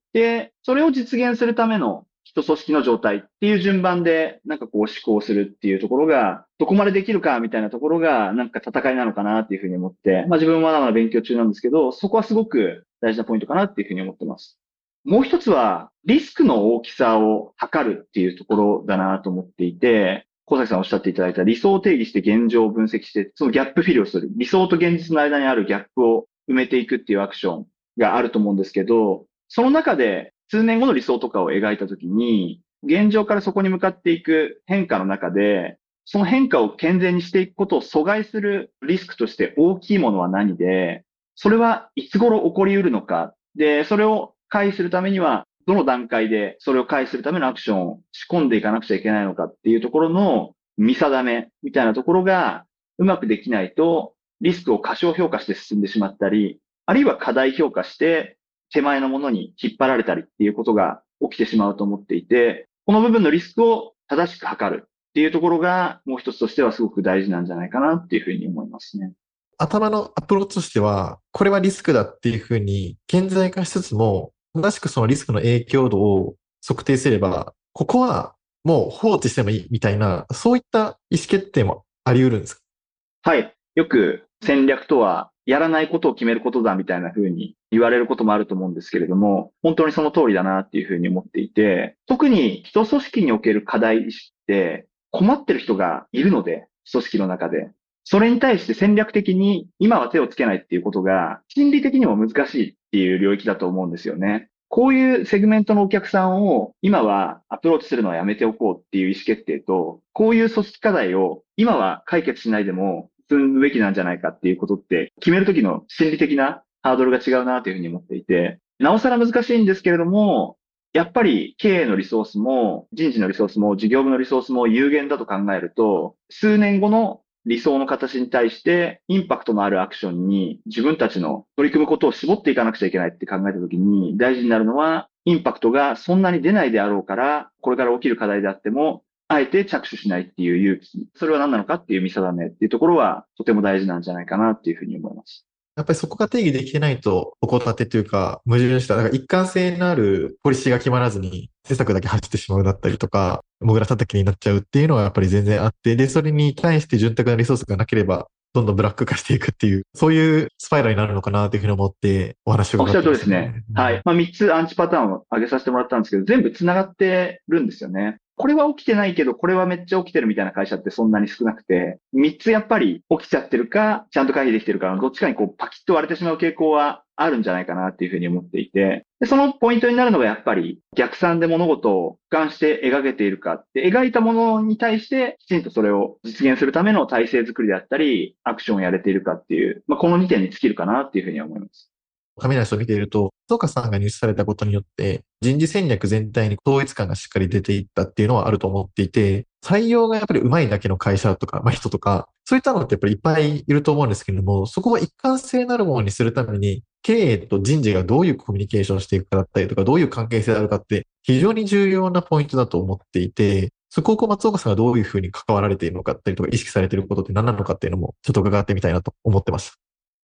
それを実現するための一組織の状態っていう順番で、なんかこう思考するっていうところが、どこまでできるかみたいなところが、なんか戦いなのかなっていうふうに思って、自分はまだまだ勉強中なんですけど、そこはすごく大事なポイントかなっていうふうに思ってます。もう一つは、リスクの大きさを測るっていうところだなと思っていて、小崎さんおっしゃっていただいた理想を定義して現状を分析して、そのギャップフィルをする。理想と現実の間にあるギャップを埋めていくっていうアクションがあると思うんですけど、その中で数年後の理想とかを描いたときに、現状からそこに向かっていく変化の中で、その変化を健全にしていくことを阻害するリスクとして大きいものは何で、それはいつ頃起こり得るのか。で、それを回避するためには、どの段階でそれを回避するためのアクションを仕込んでいかなくちゃいけないのかっていうところの見定めみたいなところがうまくできないと、リスクを過小評価して進んでしまったり、あるいは過大評価して手前のものに引っ張られたりっていうことが起きてしまうと思っていて、この部分のリスクを正しく測るっていうところがもう一つとしてはすごく大事なんじゃないかなっていうふうに思いますね。 頭のアプローチとしては、これはリスクだっていうふうに顕在化しつつも、正しくそのリスクの影響度を測定すれば、ここはもう放置してもいいみたいな、そういった意思決定もあり得るんですか？ はい。よく戦略とはやらないことを決めることだみたいな風に言われることもあると思うんですけれども、本当にその通りだなっていう風に思っていて、特に一組織における課題意識って困ってる人がいるので、組織の中で。それに対して戦略的に今は手をつけないっていうことが心理的にも難しいっていう領域だと思うんですよね。こういうセグメントのお客さんを今はアプローチするのはやめておこうっていう意思決定と、こういう組織課題を今は解決しないでも進むべきなんじゃないかっていうことって決めるときの心理的なハードルが違うなというふうに思っていて、なおさら難しいんですけれども、やっぱり経営のリソースも人事のリソースも事業部のリソースも有限だと考えると、数年後の理想の形に対してインパクトのあるアクションに自分たちの取り組むことを絞っていかなくちゃいけないって考えたときに大事になるのはインパクトがそんなに出ないであろうから、これから起きる課題であっても、あえて着手しないっていう勇気、それは何なのかっていう見定めっていうところはとても大事なんじゃないかなっていうふうに思います。 やっぱりそこが定義できてないと、怠ってというか、矛盾した、一貫性のあるポリシーが決まらずに、施策だけ走ってしまうだったりとか、もぐら叩きになっちゃうっていうのはやっぱり全然あって、で、それに対して潤沢なリソースがなければ、どんどんブラック化していくっていう、そういうスパイラルになるのかなというふうに思ってお話をおっしゃる伺ってました通りですね。 ね。 はい。3つアンチパターンを挙げさせてもらったんですけど、全部繋がってるんですよね。これは起きてないけど、これはめっちゃ起きてるみたいな会社ってそんなに少なくて、3つやっぱり起きちゃってるか、ちゃんと回避できてるか、どっちかにこうパキッと割れてしまう傾向はあるんじゃないかなっていうふうに思っていて、でそのポイントになるのがやっぱり逆算で物事を俯瞰して描けているかって、描いたものに対してきちんとそれを実現するための体制作りであったり、アクションをやれているかっていう、この2点に尽きるかなっていうふうに思います。 亀梨を見ていると、松岡さんが入手されたことによって、人事戦略全体に統一感がしっかり出ていったっていうのはあると思っていて、採用がやっぱり上手いだけの会社とか、人とか、そういったのってやっぱりいっぱいいると思うんですけれども、そこを一貫性のあるものにするために、経営と人事がどういうコミュニケーションをしていくかだったりとか、どういう関係性であるかって非常に重要なポイントだと思っていて、そこを松岡さんがどういうふうに関わられているのかだったりとか、意識されていることって何なのかっていうのも、ちょっと伺ってみたいなと思ってました。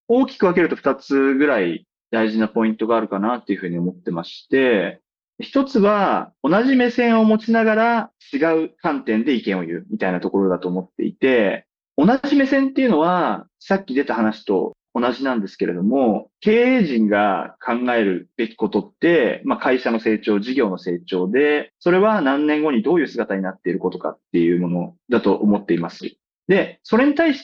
大きく分けると2つぐらい大事なポイントがあるかなっていうふうに思ってまして、一つは同じ目線を持ちながら違う観点で意見を言うみたいなところだと思っていて、同じ目線っていうのはさっき出た話と同じなんですけれども、経営陣が考えるべきことって、会社の成長、事業の成長で、それは何年後にどういう姿になっていることかっていうものだと思っています。で、それに対して、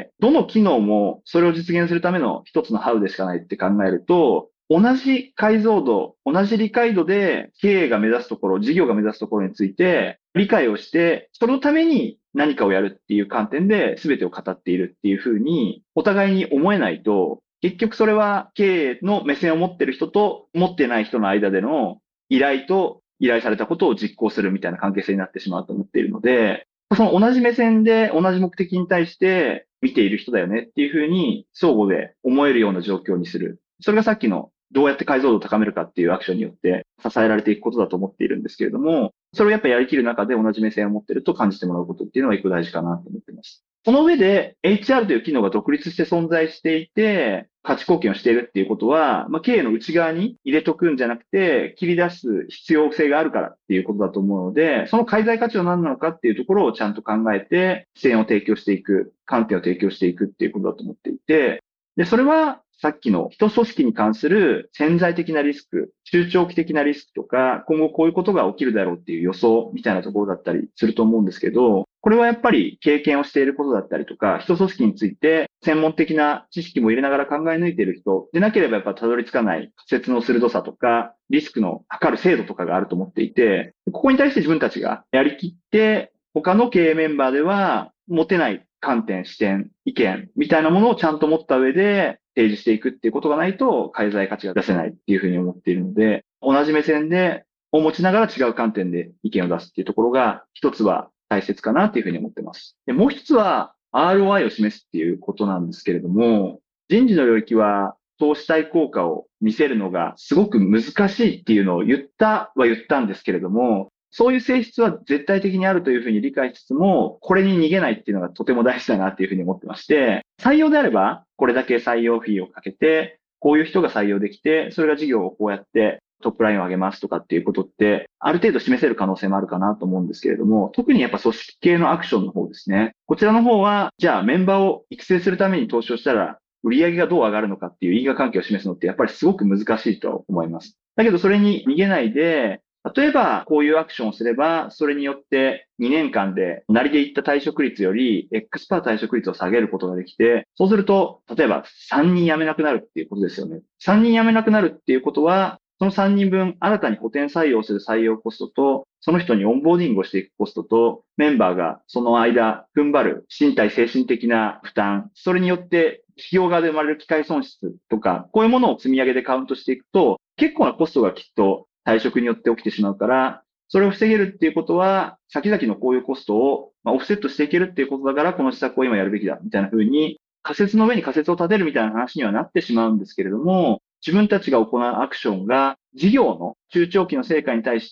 どの機能もそれを実現するための一つのハウでしかないって考えると、同じ解像度、同じ理解度で経営が目指すところ、事業が目指すところについて理解をして、そのために何かをやるっていう観点で全てを語っているっていうふうに、お互いに思えないと、結局それは経営の目線を持ってる人と持ってない人の間での依頼と依頼されたことを実行するみたいな関係性になってしまうと思っているので、その同じ目線で同じ目的に対して見ている人だよねっていうふうに相互で思えるような状況にする。それがさっきのどうやって解像度を高めるかっていうアクションによって支えられていくことだと思っているんですけれども、それをやっぱりやりきる中で同じ目線を持っていると感じてもらうことっていうのが一個大事かなと思っています。その上で HR という機能が独立して存在していて、価値貢献をしているっていうことは、経営の内側に入れとくんじゃなくて、切り出す必要性があるからっていうことだと思うので、その介在価値は何なのかっていうところをちゃんと考えて、視点を提供していく、観点を提供していくっていうことだと思っていて、で、それはさっきの人組織に関する潜在的なリスク、中長期的なリスクとか、今後こういうことが起きるだろうっていう予想みたいなところだったりすると思うんですけど、これはやっぱり経験をしていることだったりとか、人組織について専門的な知識も入れながら考え抜いている人でなければやっぱたどり着かない仮説の鋭さとか、リスクの測る精度とかがあると思っていて、ここに対して自分たちがやりきって、他の経営メンバーでは持てない観点、視点、意見みたいなものをちゃんと持った上で提示していくっていうことがないと、介在価値が出せないっていうふうに思っているので、同じ目線を持ちながら違う観点で意見を出すっていうところが、一つは大切かなっていうふうに思ってます。で、もう一つは ROI を示すっていうことなんですけれども、人事の領域は投資対効果を見せるのがすごく難しいっていうのを言ったんですけれども、そういう性質は絶対的にあるというふうに理解しつつも、これに逃げないっていうのがとても大事だなっていうふうに思ってまして、採用であれば、これだけ採用フィーをかけて、こういう人が採用できて、それが事業をこうやってトップラインを上げますとかっていうことって、ある程度示せる可能性もあるかなと思うんですけれども、特にやっぱ組織系のアクションの方ですね。こちらの方は、じゃあメンバーを育成するために投資をしたら、売上がどう上がるのかっていう因果関係を示すのってやっぱりすごく難しいと思います。だけどそれに逃げないで、例えば、こういうアクションをすれば、それによって2年間で、なりでいった退職率より、X% 退職率を下げることができて、そうすると、例えば3人辞めなくなるっていうことですよね。3人辞めなくなるっていうことは、その3人分、新たに補填採用する採用コストと、その人にオンボーディングをしていくコストと、メンバーがその間、踏ん張る身体精神的な負担、それによって企業側で生まれる機会損失とか、こういうものを積み上げでカウントしていくと、結構なコストがきっと退職によって起きてしまうから、それを防げるっていうことは、先々のこういうコストをオフセットしていけるっていうことだから、この施策を今やるべきだ、みたいな風に、仮説の上に仮説を立てるみたいな話にはなってしまうんですけれども、自分たちが行うアクションが事業の中長期の成果に対して、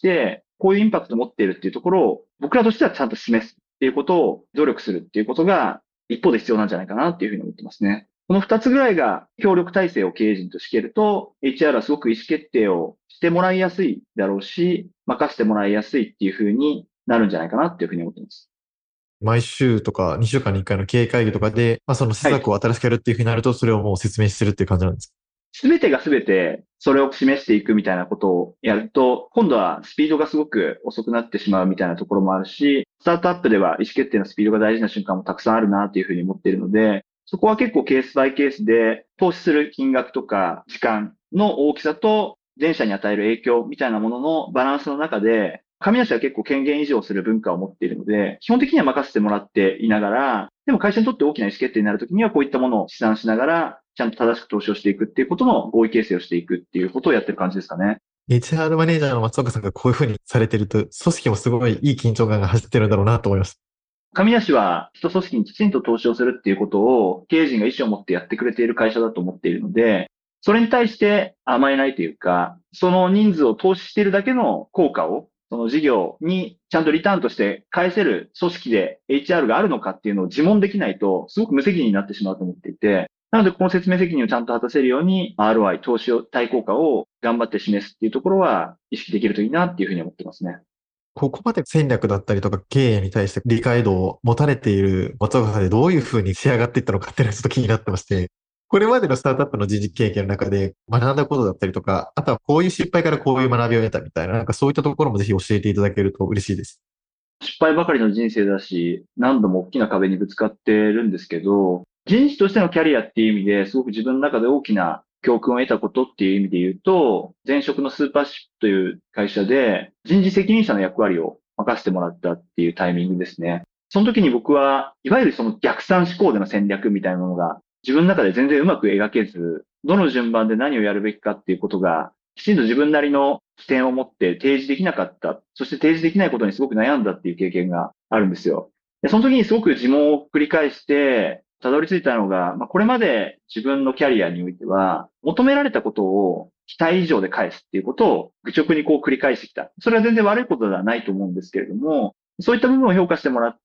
こういうインパクトを持っているっていうところを、僕らとしてはちゃんと示すっていうことを努力するっていうことが、一方で必要なんじゃないかなっていうふうに思ってますね。この二つぐらいが協力体制を経営陣と敷けると、HR はすごく意思決定をしてもらいやすいだろうし、任せてもらいやすいっていうふうになるんじゃないかなっていうふうに思ってます。 毎週とか2週間に1回の経営会議とかで、その施はい。 策を新しくやるっていうふうになると、それをもう説明してるっていう感じなんですか？ すべてがすべてそれを示していくみたいなことをやると、今度はスピードがすごく遅くなってしまうみたいなところもあるし、スタートアップでは意思決定のスピードが大事な瞬間もたくさんあるなというふうに思っているので、そこは結構ケースバイケースで投資する金額とか時間の大きさと全社に与える影響みたいなもののバランスの中で、上梨は結構権限維持をする文化を持っているので、基本的には任せてもらっていながら、でも会社にとって大きな意思決定になるときにはこういったものを試算しながら、ちゃんと正しく投資をしていくっていうことの合意形成をしていくっていうことをやってる感じですかね。 HR マネージャーの松岡さんがこういうふうにされてると、組織もすごいいい緊張感が走ってるんだろうなと思います。 上梨は人組織にきちんと投資をするっていうことを経営陣が意思を持ってやってくれている会社だと思っているので、それに対して甘えないというか、その人数を投資しているだけの効果を、その事業にちゃんとリターンとして返せる組織で HR があるのかっていうのを自問できないと、すごく無責任になってしまうと思っていて、 なので、この説明責任をちゃんと果たせるように、ROI、投資を、対効果を頑張って示すっていうところは意識できるといいなっていうふうに思ってますね。 ここまで戦略だったりとか経営に対して理解度を持たれている松岡さんでどういうふうに仕上がっていったのかっていうのはちょっと気になってまして、これまでのスタートアップの人事経験の中で学んだことだったりとか、あとはこういう失敗からこういう学びを得たみたいな、なんかそういったところもぜひ教えていただけると嬉しいです。 失敗ばかりの人生だし、何度も大きな壁にぶつかってるんですけど、人事としてのキャリアっていう意味ですごく自分の中で大きな教訓を得たことっていう意味で言うと、前職のスーパーシップという会社で人事責任者の役割を任せてもらったっていうタイミングですね。その時に僕は、いわゆるその逆算思考での戦略みたいなものが自分の中で全然うまく描けず、どの順番で何をやるべきかっていうことがきちんと自分なりの視点を持って提示できなかった。そして提示できないことにすごく悩んだっていう経験があるんですよ。で、その時にすごく自問を繰り返して、たどり着いたのが、これまで自分のキャリアにおいては、求められたことを期待以上で返すっていうことを愚直にこう繰り返してきた。それは全然悪いことではないと思うんですけれども、そういった部分を評価してもらって、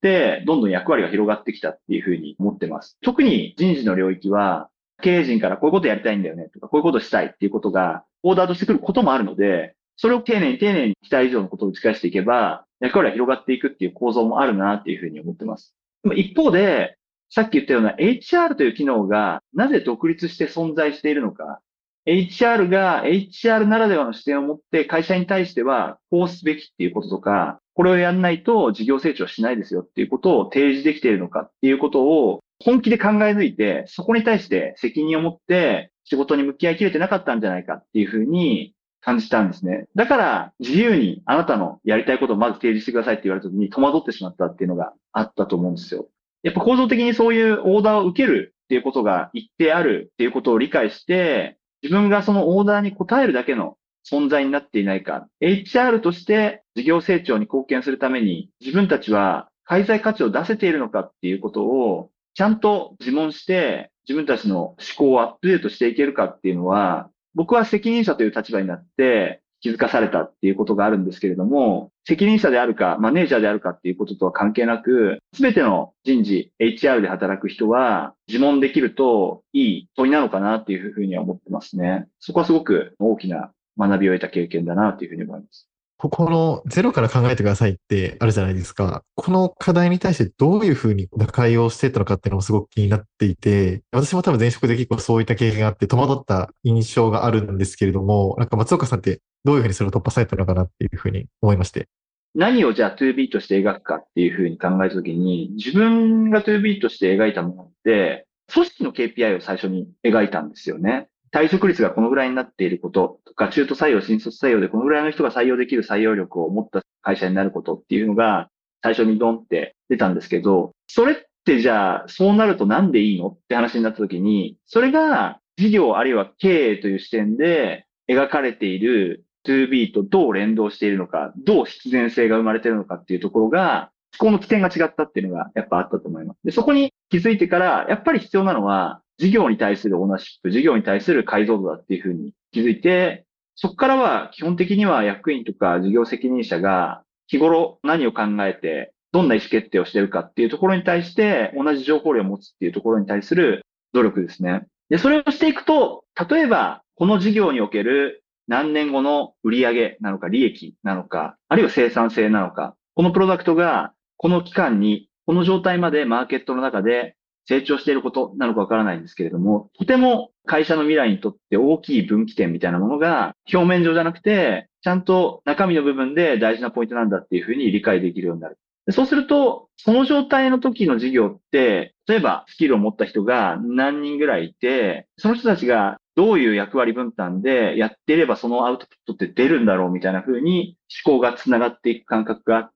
どんどん役割が広がってきたっていうふうに思ってます。特に人事の領域は、経営陣からこういうことやりたいんだよねとか、こういうことしたいっていうことが、オーダーとしてくることもあるので、それを丁寧に期待以上のことを打ち返していけば、役割が広がっていくっていう構造もあるなっていうふうに思ってます。でも一方で、さっき言ったような HR という機能がなぜ独立して存在しているのか、HR が HR ならではの視点を持って会社に対してはこうすべきっていうこととか、これをやんないと事業成長しないですよっていうことを提示できているのかっていうことを本気で考え抜いて、そこに対して責任を持って仕事に向き合いきれてなかったんじゃないかっていうふうに感じたんですね。だから自由にあなたのやりたいことをまず提示してくださいって言われた時に戸惑ってしまったっていうのがあったと思うんですよ。やっぱ構造的にそういうオーダーを受けるっていうことが一定あるっていうことを理解して、自分がそのオーダーに応えるだけの存在になっていないか、HR として事業成長に貢献するために自分たちは介在価値を出せているのかっていうことをちゃんと自問して自分たちの思考をアップデートしていけるかっていうのは、僕は責任者という立場になって気づかされたっていうことがあるんですけれども、責任者であるか、マネージャーであるかっていうこととは関係なく、すべての人事、HR で働く人は自問できるといい問いなのかなっていうふうには思ってますね。そこはすごく大きな学びを得た経験だなというふうに思います。 ここのゼロから考えてくださいってあるじゃないですか。この課題に対してどういうふうに打開をしていったのかっていうのもすごく気になっていて、私も多分前職で結構そういった経験があって戸惑った印象があるんですけれども、なんか松岡さんってどういうふうにそれを突破されたのかなっていうふうに思いまして。 何をじゃあ 2B として描くかっていうふうに考えたときに、自分が 2B として描いたものって、組織の KPI を最初に描いたんですよね。退職率がこのぐらいになっていることとか、中途採用、新卒採用でこのぐらいの人が採用できる採用力を持った会社になることっていうのが最初にドンって出たんですけど、それってじゃあそうなるとなんでいいのって話になったときに、それが事業あるいは経営という視点で描かれている 2B とどう連動しているのか、どう必然性が生まれているのかっていうところが、思考の起点が違ったっていうのがやっぱあったと思います。で、そこに気づいてから、やっぱり必要なのは、事業に対するオーナーシップ、事業に対する解像度だっていうふうに気づいて、そこからは基本的には役員とか事業責任者が日頃何を考えて、どんな意思決定をしているかっていうところに対して同じ情報量を持つっていうところに対する努力ですね。で、それをしていくと、例えばこの事業における何年後の売上なのか利益なのか、あるいは生産性なのか、このプロダクトがこの期間にこの状態までマーケットの中で成長していることなのかわからないんですけれども、とても会社の未来にとって大きい分岐点みたいなものが表面上じゃなくて、ちゃんと中身の部分で大事なポイントなんだっていうふうに理解できるようになる。そうすると、その状態の時の事業って、例えばスキルを持った人が何人ぐらいいて、その人たちがどういう役割分担でやっていればそのアウトプットって出るんだろうみたいな風に思考がつながっていく感覚があって、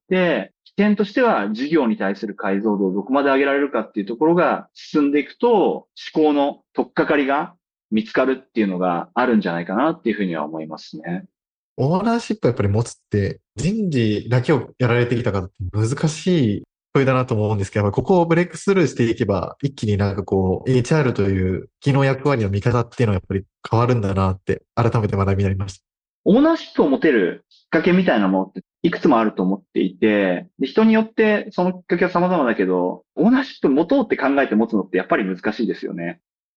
起点としては事業に対する解像度をどこまで上げられるかっていうところが進んでいくと、思考の取っかかりが見つかるっていうのがあるんじゃないかなっていうふうには思いますね。 オーナーシップやっぱり持つって人事だけをやられてきた方って難しい問いだなと思うんですけど、やっぱりここをブレイクスルーしていけば一気になんかこう HR という機能役割の見方っていうのはやっぱり変わるんだなって改めて学びになりました。 オーナーシップを持てるきっかけみたいなものっていくつもあると思っていて、で人によってそのきっかけは様々だけど、オーナーシップ持とうって考えて持つのってやっぱり難しいですよね。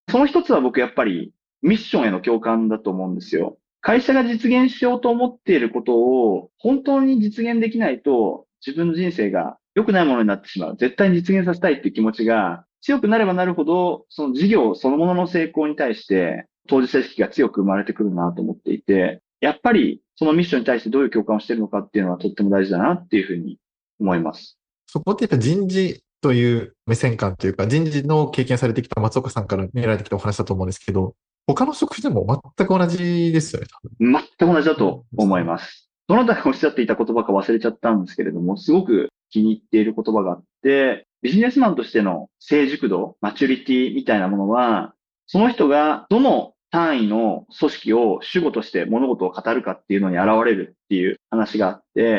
その一つは僕やっぱりミッションへの共感だと思うんですよ。会社が実現しようと思っていることを本当に実現できないと自分の人生が良くないものになってしまう。絶対に実現させたいっていう気持ちが強くなればなるほど、その事業そのものの成功に対して当事者意識が強く生まれてくるなと思っていて、やっぱりそのミッションに対してどういう共感をしているのかっていうのはとっても大事だなっていうふうに思います。 そこってやっぱ人事という目線感というか、人事の経験されてきた松岡さんから見られてきたお話だと思うんですけど、他の職種でも全く同じですよね、 全く同じだ多分。 と思います。どなたがおっしゃっていた言葉か忘れちゃったんですけれども、すごく気に入っている言葉があって、ビジネスマンとしての成熟度、マチュリティみたいなものは、その人がどの単位の組織を主語として物事を語るかっていうのに現れるっていう話があって、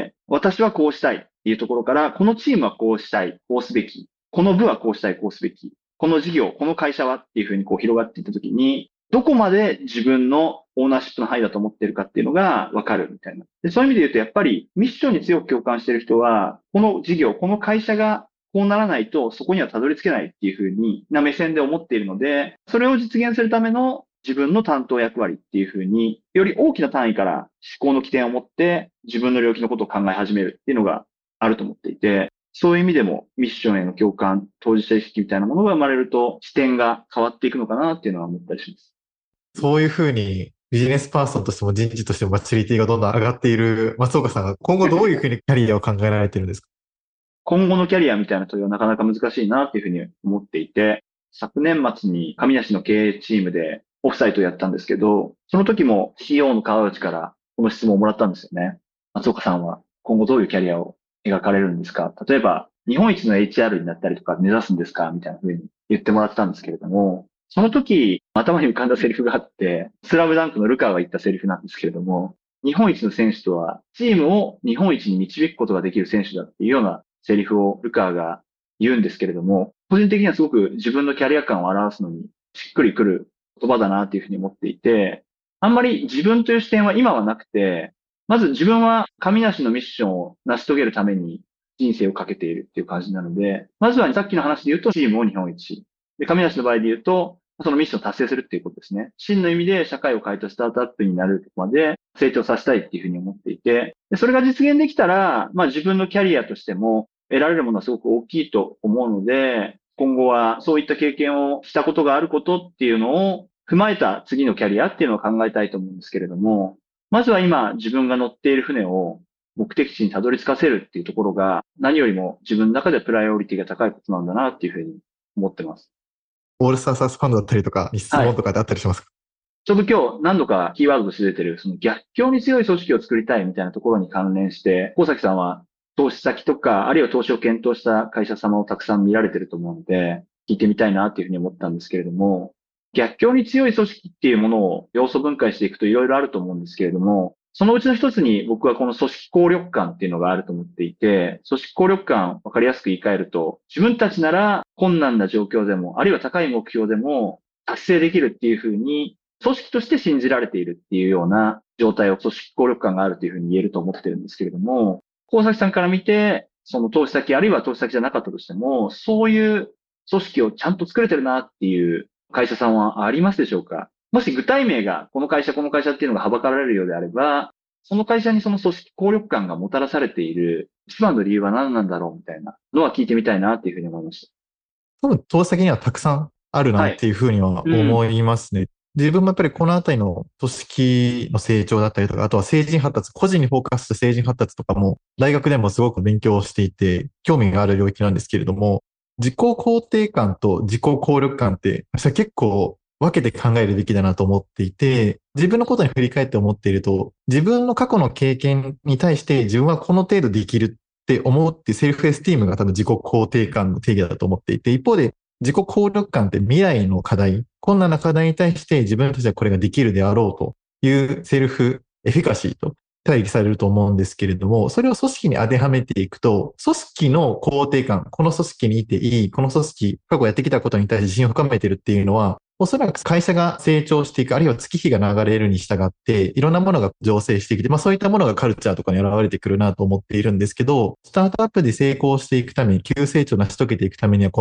私はこうしたいっていうところから、このチームはこうしたい、こうすべき、この部はこうしたい、こうすべき、この事業、この会社はっていうふうにこう広がっていったときに、どこまで自分のオーナーシップの範囲だと思っているかっていうのがわかるみたいな。で、そういう意味で言うと、やっぱりミッションに強く共感している人は、この事業、この会社がこうならないとそこにはたどり着けないっていうふうにな目線で思っているので、それを実現するための自分の担当役割っていうふうに、より大きな単位から思考の起点を持って自分の領域のことを考え始めるっていうのがあると思っていて、そういう意味でもミッションへの共感、当事者意識みたいなものが生まれると視点が変わっていくのかなっていうのは思ったりします。 そういうふうにビジネスパーソンとしても人事としてもマチュリティがどんどん上がっている松岡さんが今後どういうふうにキャリアを考えられているんですか？ 今後のキャリアみたいな問いはなかなか難しいなっていうふうに思っていて、昨年末に神梨の経営チームでオフサイトをやったんですけど、その時も CEO の川内からこの質問をもらったんですよね。松岡さんは今後どういうキャリアを描かれるんですか？例えば、日本一の HR になったりとか目指すんですかみたいなふうに言ってもらったんですけれども、その時頭に浮かんだセリフがあって、スラムダンクのルカーが言ったセリフなんですけれども、日本一の選手とはチームを日本一に導くことができる選手だっていうようなセリフをルカーが言うんですけれども、個人的にはすごく自分のキャリア感を表すのにしっくりくる言葉だなっていうふうに思っていて、あんまり自分という視点は今はなくて、まず自分は神梨のミッションを成し遂げるために人生をかけているっていう感じなので、まずはさっきの話で言うとチームを日本一。で、神梨の場合で言うと、そのミッションを達成するっていうことですね。真の意味で社会を変えたスタートアップになるとこまで成長させたいっていうふうに思っていて、でそれが実現できたら、まあ自分のキャリアとしても得られるものはすごく大きいと思うので、今後はそういった経験をしたことがあることっていうのを踏まえた次のキャリアっていうのを考えたいと思うんですけれども、まずは今自分が乗っている船を目的地にたどり着かせるっていうところが何よりも自分の中でプライオリティが高いことなんだなっていうふうに思ってます。 オールスターサースファンドだったりとかに質はい。 問とかであったりしますか？ ちょうど今日何度かキーワードとして出てる、その逆境に強い組織を作りたいみたいなところに関連して、高崎さんは投資先とか、あるいは投資を検討した会社様をたくさん見られてると思うので、聞いてみたいなっていうふうに思ったんですけれども、逆境に強い組織っていうものを要素分解していくといろいろあると思うんですけれども、そのうちの一つに僕はこの組織効力感っていうのがあると思っていて、組織効力感わかりやすく言い換えると、自分たちなら困難な状況でも、あるいは高い目標でも達成できるっていうふうに組織として信じられているっていうような状態を組織効力感があるというふうに言えると思ってるんですけれども、高崎さんから見て、その投資先、あるいは投資先じゃなかったとしても、そういう組織をちゃんと作れてるなっていう会社さんはありますでしょうか？もし具体名がこの会社、この会社っていうのがはばかられるようであれば、その会社にその組織効力感がもたらされている一番の理由は何なんだろうみたいなのは聞いてみたいなっていうふうに思いまし多分投資先にはたくさんあるた。はい。 なっていうふうにはうん。 思いますね。自分もやっぱりこのあたりの組織の成長だったりとか、あとは成人発達、個人にフォーカスした成人発達とかも大学でもすごく勉強していて興味がある領域なんですけれども、自己肯定感と自己効力感って私は結構分けて考えるべきだなと思っていて、自分のことに振り返って思っていると、自分の過去の経験に対して自分はこの程度できるって思うってセルフエスティームが多分自己肯定感の定義だと思っていて、一方で自己効力感って未来の課題、困難な課題に対して自分たちはこれができるであろうというセルフエフィカシーと定義されると思うんですけれども、それを組織に当てはめていくと、組織の肯定感、この組織にいていい、この組織、過去やってきたことに対して自信を深めているっていうのは、おそらく会社が成長していく、あるいは月日が流れるに従って、いろんなものが醸成してきて、そういったものがカルチャーとかに現れてくるなと思っているんですけど、スタートアップで成功していくために、急成長を成し遂げていくためには、この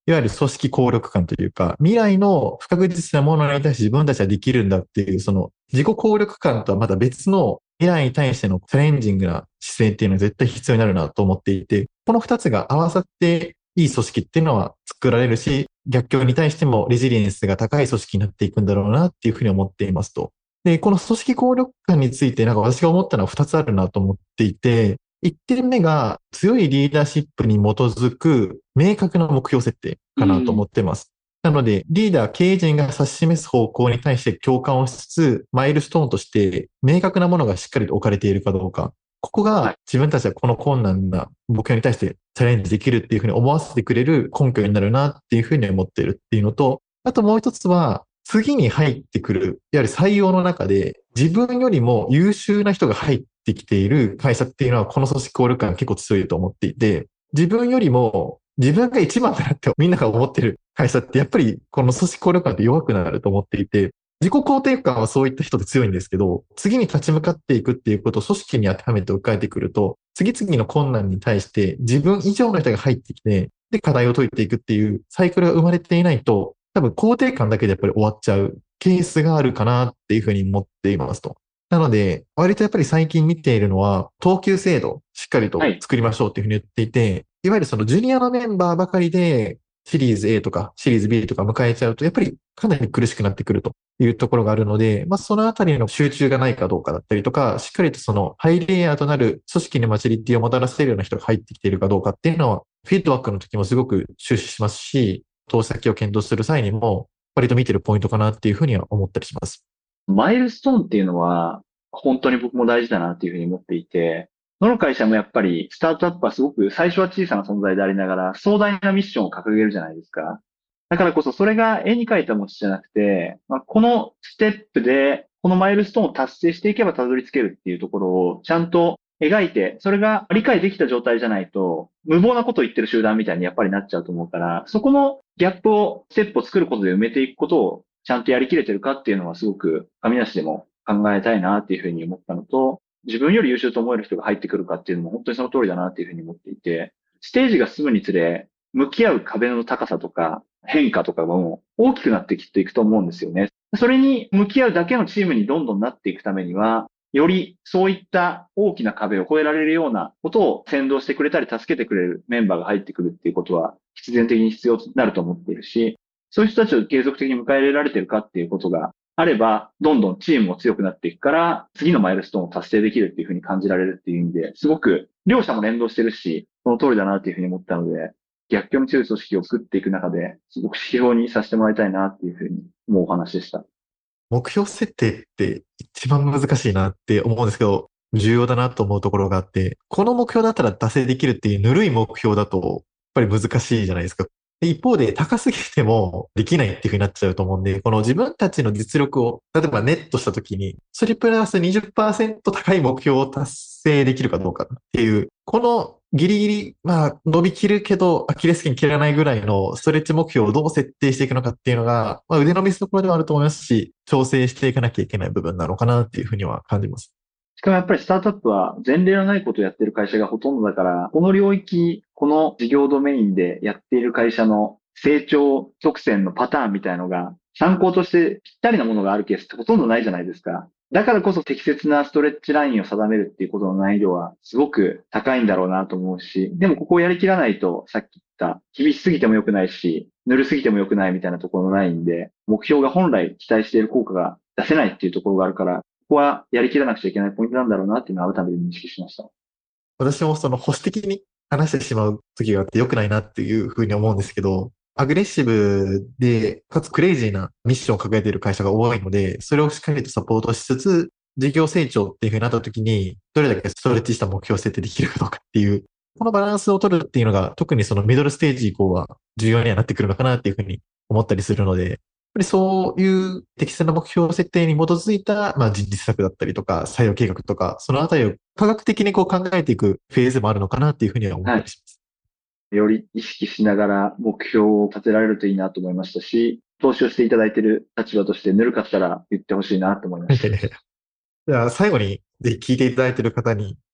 いわゆる組織効力感というか、未来の不確実なものに対して自分たちはできるんだっていう、その自己効力感とはまた別の未来に対してのチャレンジングな姿勢っていうのは絶対必要になるなと思っていて、この二つが合わさっていい組織っていうのは作られるし、逆境に対してもレジリエンスが高い組織になっていくんだろうなっていうふうに思っていますと。で、この組織効力感についてなんか私が思ったのは二つあるなと思っていて、一点目が強いリーダーシップに基づく明確な目標設定かなと思ってます。なので、リーダー、経営陣が指し示す方向に対して共感をしつつ、マイルストーンとして明確なものがしっかりと置かれているかどうか。ここが自分たちはこの困難な目標に対してチャレンジできるっていうふうに思わせてくれる根拠になるなっていうふうに思っているっていうのと、あともう一つは、次に入ってくる、いわゆる採用の中で自分よりも優秀な人が入ってきている会社っていうのはこの組織効力感結構強いと思っていて、自分よりも自分が一番だなってみんなが思ってる会社ってやっぱりこの組織効力感って弱くなると思っていて、自己肯定感はそういった人で強いんですけど、次に立ち向かっていくっていうことを組織に当てはめて置き換えてくると、次々の困難に対して自分以上の人が入ってきて、で、課題を解いていくっていうサイクルが生まれていないと、多分肯定感だけでやっぱり終わっちゃうケースがあるかなっていうふうに思っていますと。なので、割とやっぱり最近見ているのは、等級制度、しっかりとはい。 作りましょうっていうふうに言っていて、いわゆるそのジュニアのメンバーばかりで、シリーズ A とかシリーズ B とか迎えちゃうと、やっぱりかなり苦しくなってくるというところがあるので、まあそのあたりの集中がないかどうかだったりとか、しっかりとそのハイレイヤーとなる組織にマチュリティをもたらせるような人が入ってきているかどうかっていうのは、フィードバックの時もすごく注視しますし、投資先を検討する際にも、割と見てるポイントかなっていうふうには思ったりします。 マイルストーンっていうのは、本当に僕も大事だなっていうふうに思っていて、どの会社もやっぱり、スタートアップはすごく最初は小さな存在でありながら、壮大なミッションを掲げるじゃないですか。だからこそそれが絵に描いた餅じゃなくて、このステップで、このマイルストーンを達成していけばたどり着けるっていうところをちゃんと描いて、それが理解できた状態じゃないと、無謀なことを言ってる集団みたいにやっぱりなっちゃうと思うから、そこのギャップを、ステップを作ることで埋めていくことをちゃんとやりきれてるかっていうのはすごく、神梨でも考えたいなっていうふうに思ったのと、自分より優秀と思える人が入ってくるかっていうのも本当にその通りだなっていうふうに思っていて、ステージが進むにつれ、向き合う壁の高さとか変化とかも大きくなってきていくと思うんですよね。それに向き合うだけのチームにどんどんなっていくためには、よりそういった大きな壁を越えられるようなことを先導してくれたり助けてくれるメンバーが入ってくるっていうことは必然的に必要になると思っているし、そういう人たちを継続的に迎え入れられてるかっていうことがあれば、どんどんチームも強くなっていくから、次のマイルストーンを達成できるっていうふうに感じられるっていう意味で、すごく両者も連動してるし、その通りだなっていうふうに思ったので、逆境に強い組織を作っていく中で、すごく指標にさせてもらいたいなっていうふうに思うお話でした。 目標設定って一番難しいなって思うんですけど、重要だなと思うところがあって、この目標だったら達成できるっていうぬるい目標だと、やっぱり難しいじゃないですか。で一方で高すぎてもできないっていうふうになっちゃうと思うんで、この自分たちの実力を、例えばネットしたときに、それプラス20%高い目標を達成できるかどうかっていう、このギリギリ、まあ、伸びきるけど、アキレス腱切らないぐらいのストレッチ目標をどう設定していくのかっていうのが、まあ、腕の見せ所ではあると思いますし、調整していかなきゃいけない部分なのかなっていうふうには感じます。 しかもやっぱりスタートアップは前例のないことをやってる会社がほとんどだから、この領域、この事業ドメインでやっている会社の成長曲線のパターンみたいのが参考としてぴったりなものがあるケースってほとんどないじゃないですか。だからこそ適切なストレッチラインを定めるっていうことの難易度はすごく高いんだろうなと思うし、でもここをやりきらないとさっき言った厳しすぎても良くないし、ぬるすぎても良くないみたいなところのラインで、目標が本来期待している効果が出せないっていうところがあるから、ここはやりきらなくちゃいけないポイントなんだろうなっていうのを改めて認識しました。 私もその保守的に話してしまう時があって良くないなっていうふうに思うんですけど、アグレッシブで、かつクレイジーなミッションを抱えている会社が多いので、それをしっかりとサポートしつつ、事業成長っていうふうになった時に、どれだけストレッチした目標を設定できるかどうかっていう、このバランスを取るっていうのが、特にそのミドルステージ以降は重要にはなってくるのかなっていうふうに思ったりするので、ぱりそういう適切な目標設定に基づいた、まあ、人事施策だったりとか、採用計画とか、そのあたりを科学的にこう考えていくフェーズもあるのかなっていうふうには思っはい。 たりします。 より意識しながら目標を立てられるといいなと思いましたし、投資をしていただいている立場としてぬるかったら言ってほしいなと思いました。 じゃあ最後にぜひ聞いていただいている方に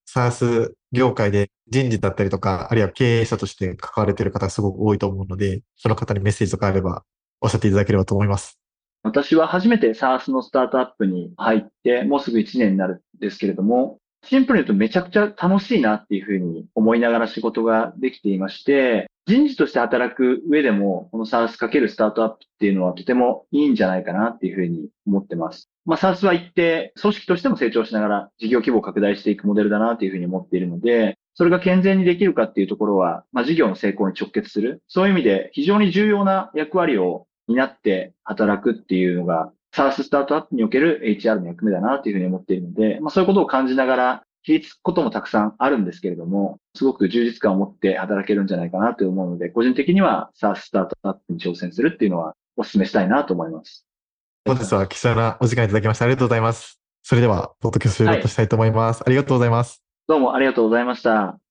SaaS 業界で人事だったりとか、あるいは経営者として関われている方がすごく多いと思うので、その方にメッセージとかあればおっしゃっていただければと思います。 私は初めて SaaS のスタートアップに入って、もうすぐ1年になるんですけれども、シンプルに言うとめちゃくちゃ楽しいなっていうふうに思いながら仕事ができていまして、人事として働く上でも、この SaaS× スタートアップっていうのはとてもいいんじゃないかなっていうふうに思ってます。SaaS は一定、組織としても成長しながら事業規模を拡大していくモデルだなというふうに思っているので、それが健全にできるかっていうところは、事業の成功に直結する。そういう意味で非常に重要な役割を担って働くっていうのが、SaaS スタートアップにおける HR の役目だなというふうに思っているので、そういうことを感じながら、切りつくこともたくさんあるんですけれども、すごく充実感を持って働けるんじゃないかなと思うので、個人的には SaaS スタートアップに挑戦するっていうのはお勧めしたいなと思います。 本日は貴重なお時間いただきましてありがとうございます。それでは、ポッドキャスト収はい。 録したいと思います。ありがとうございます。 どうもありがとうございました。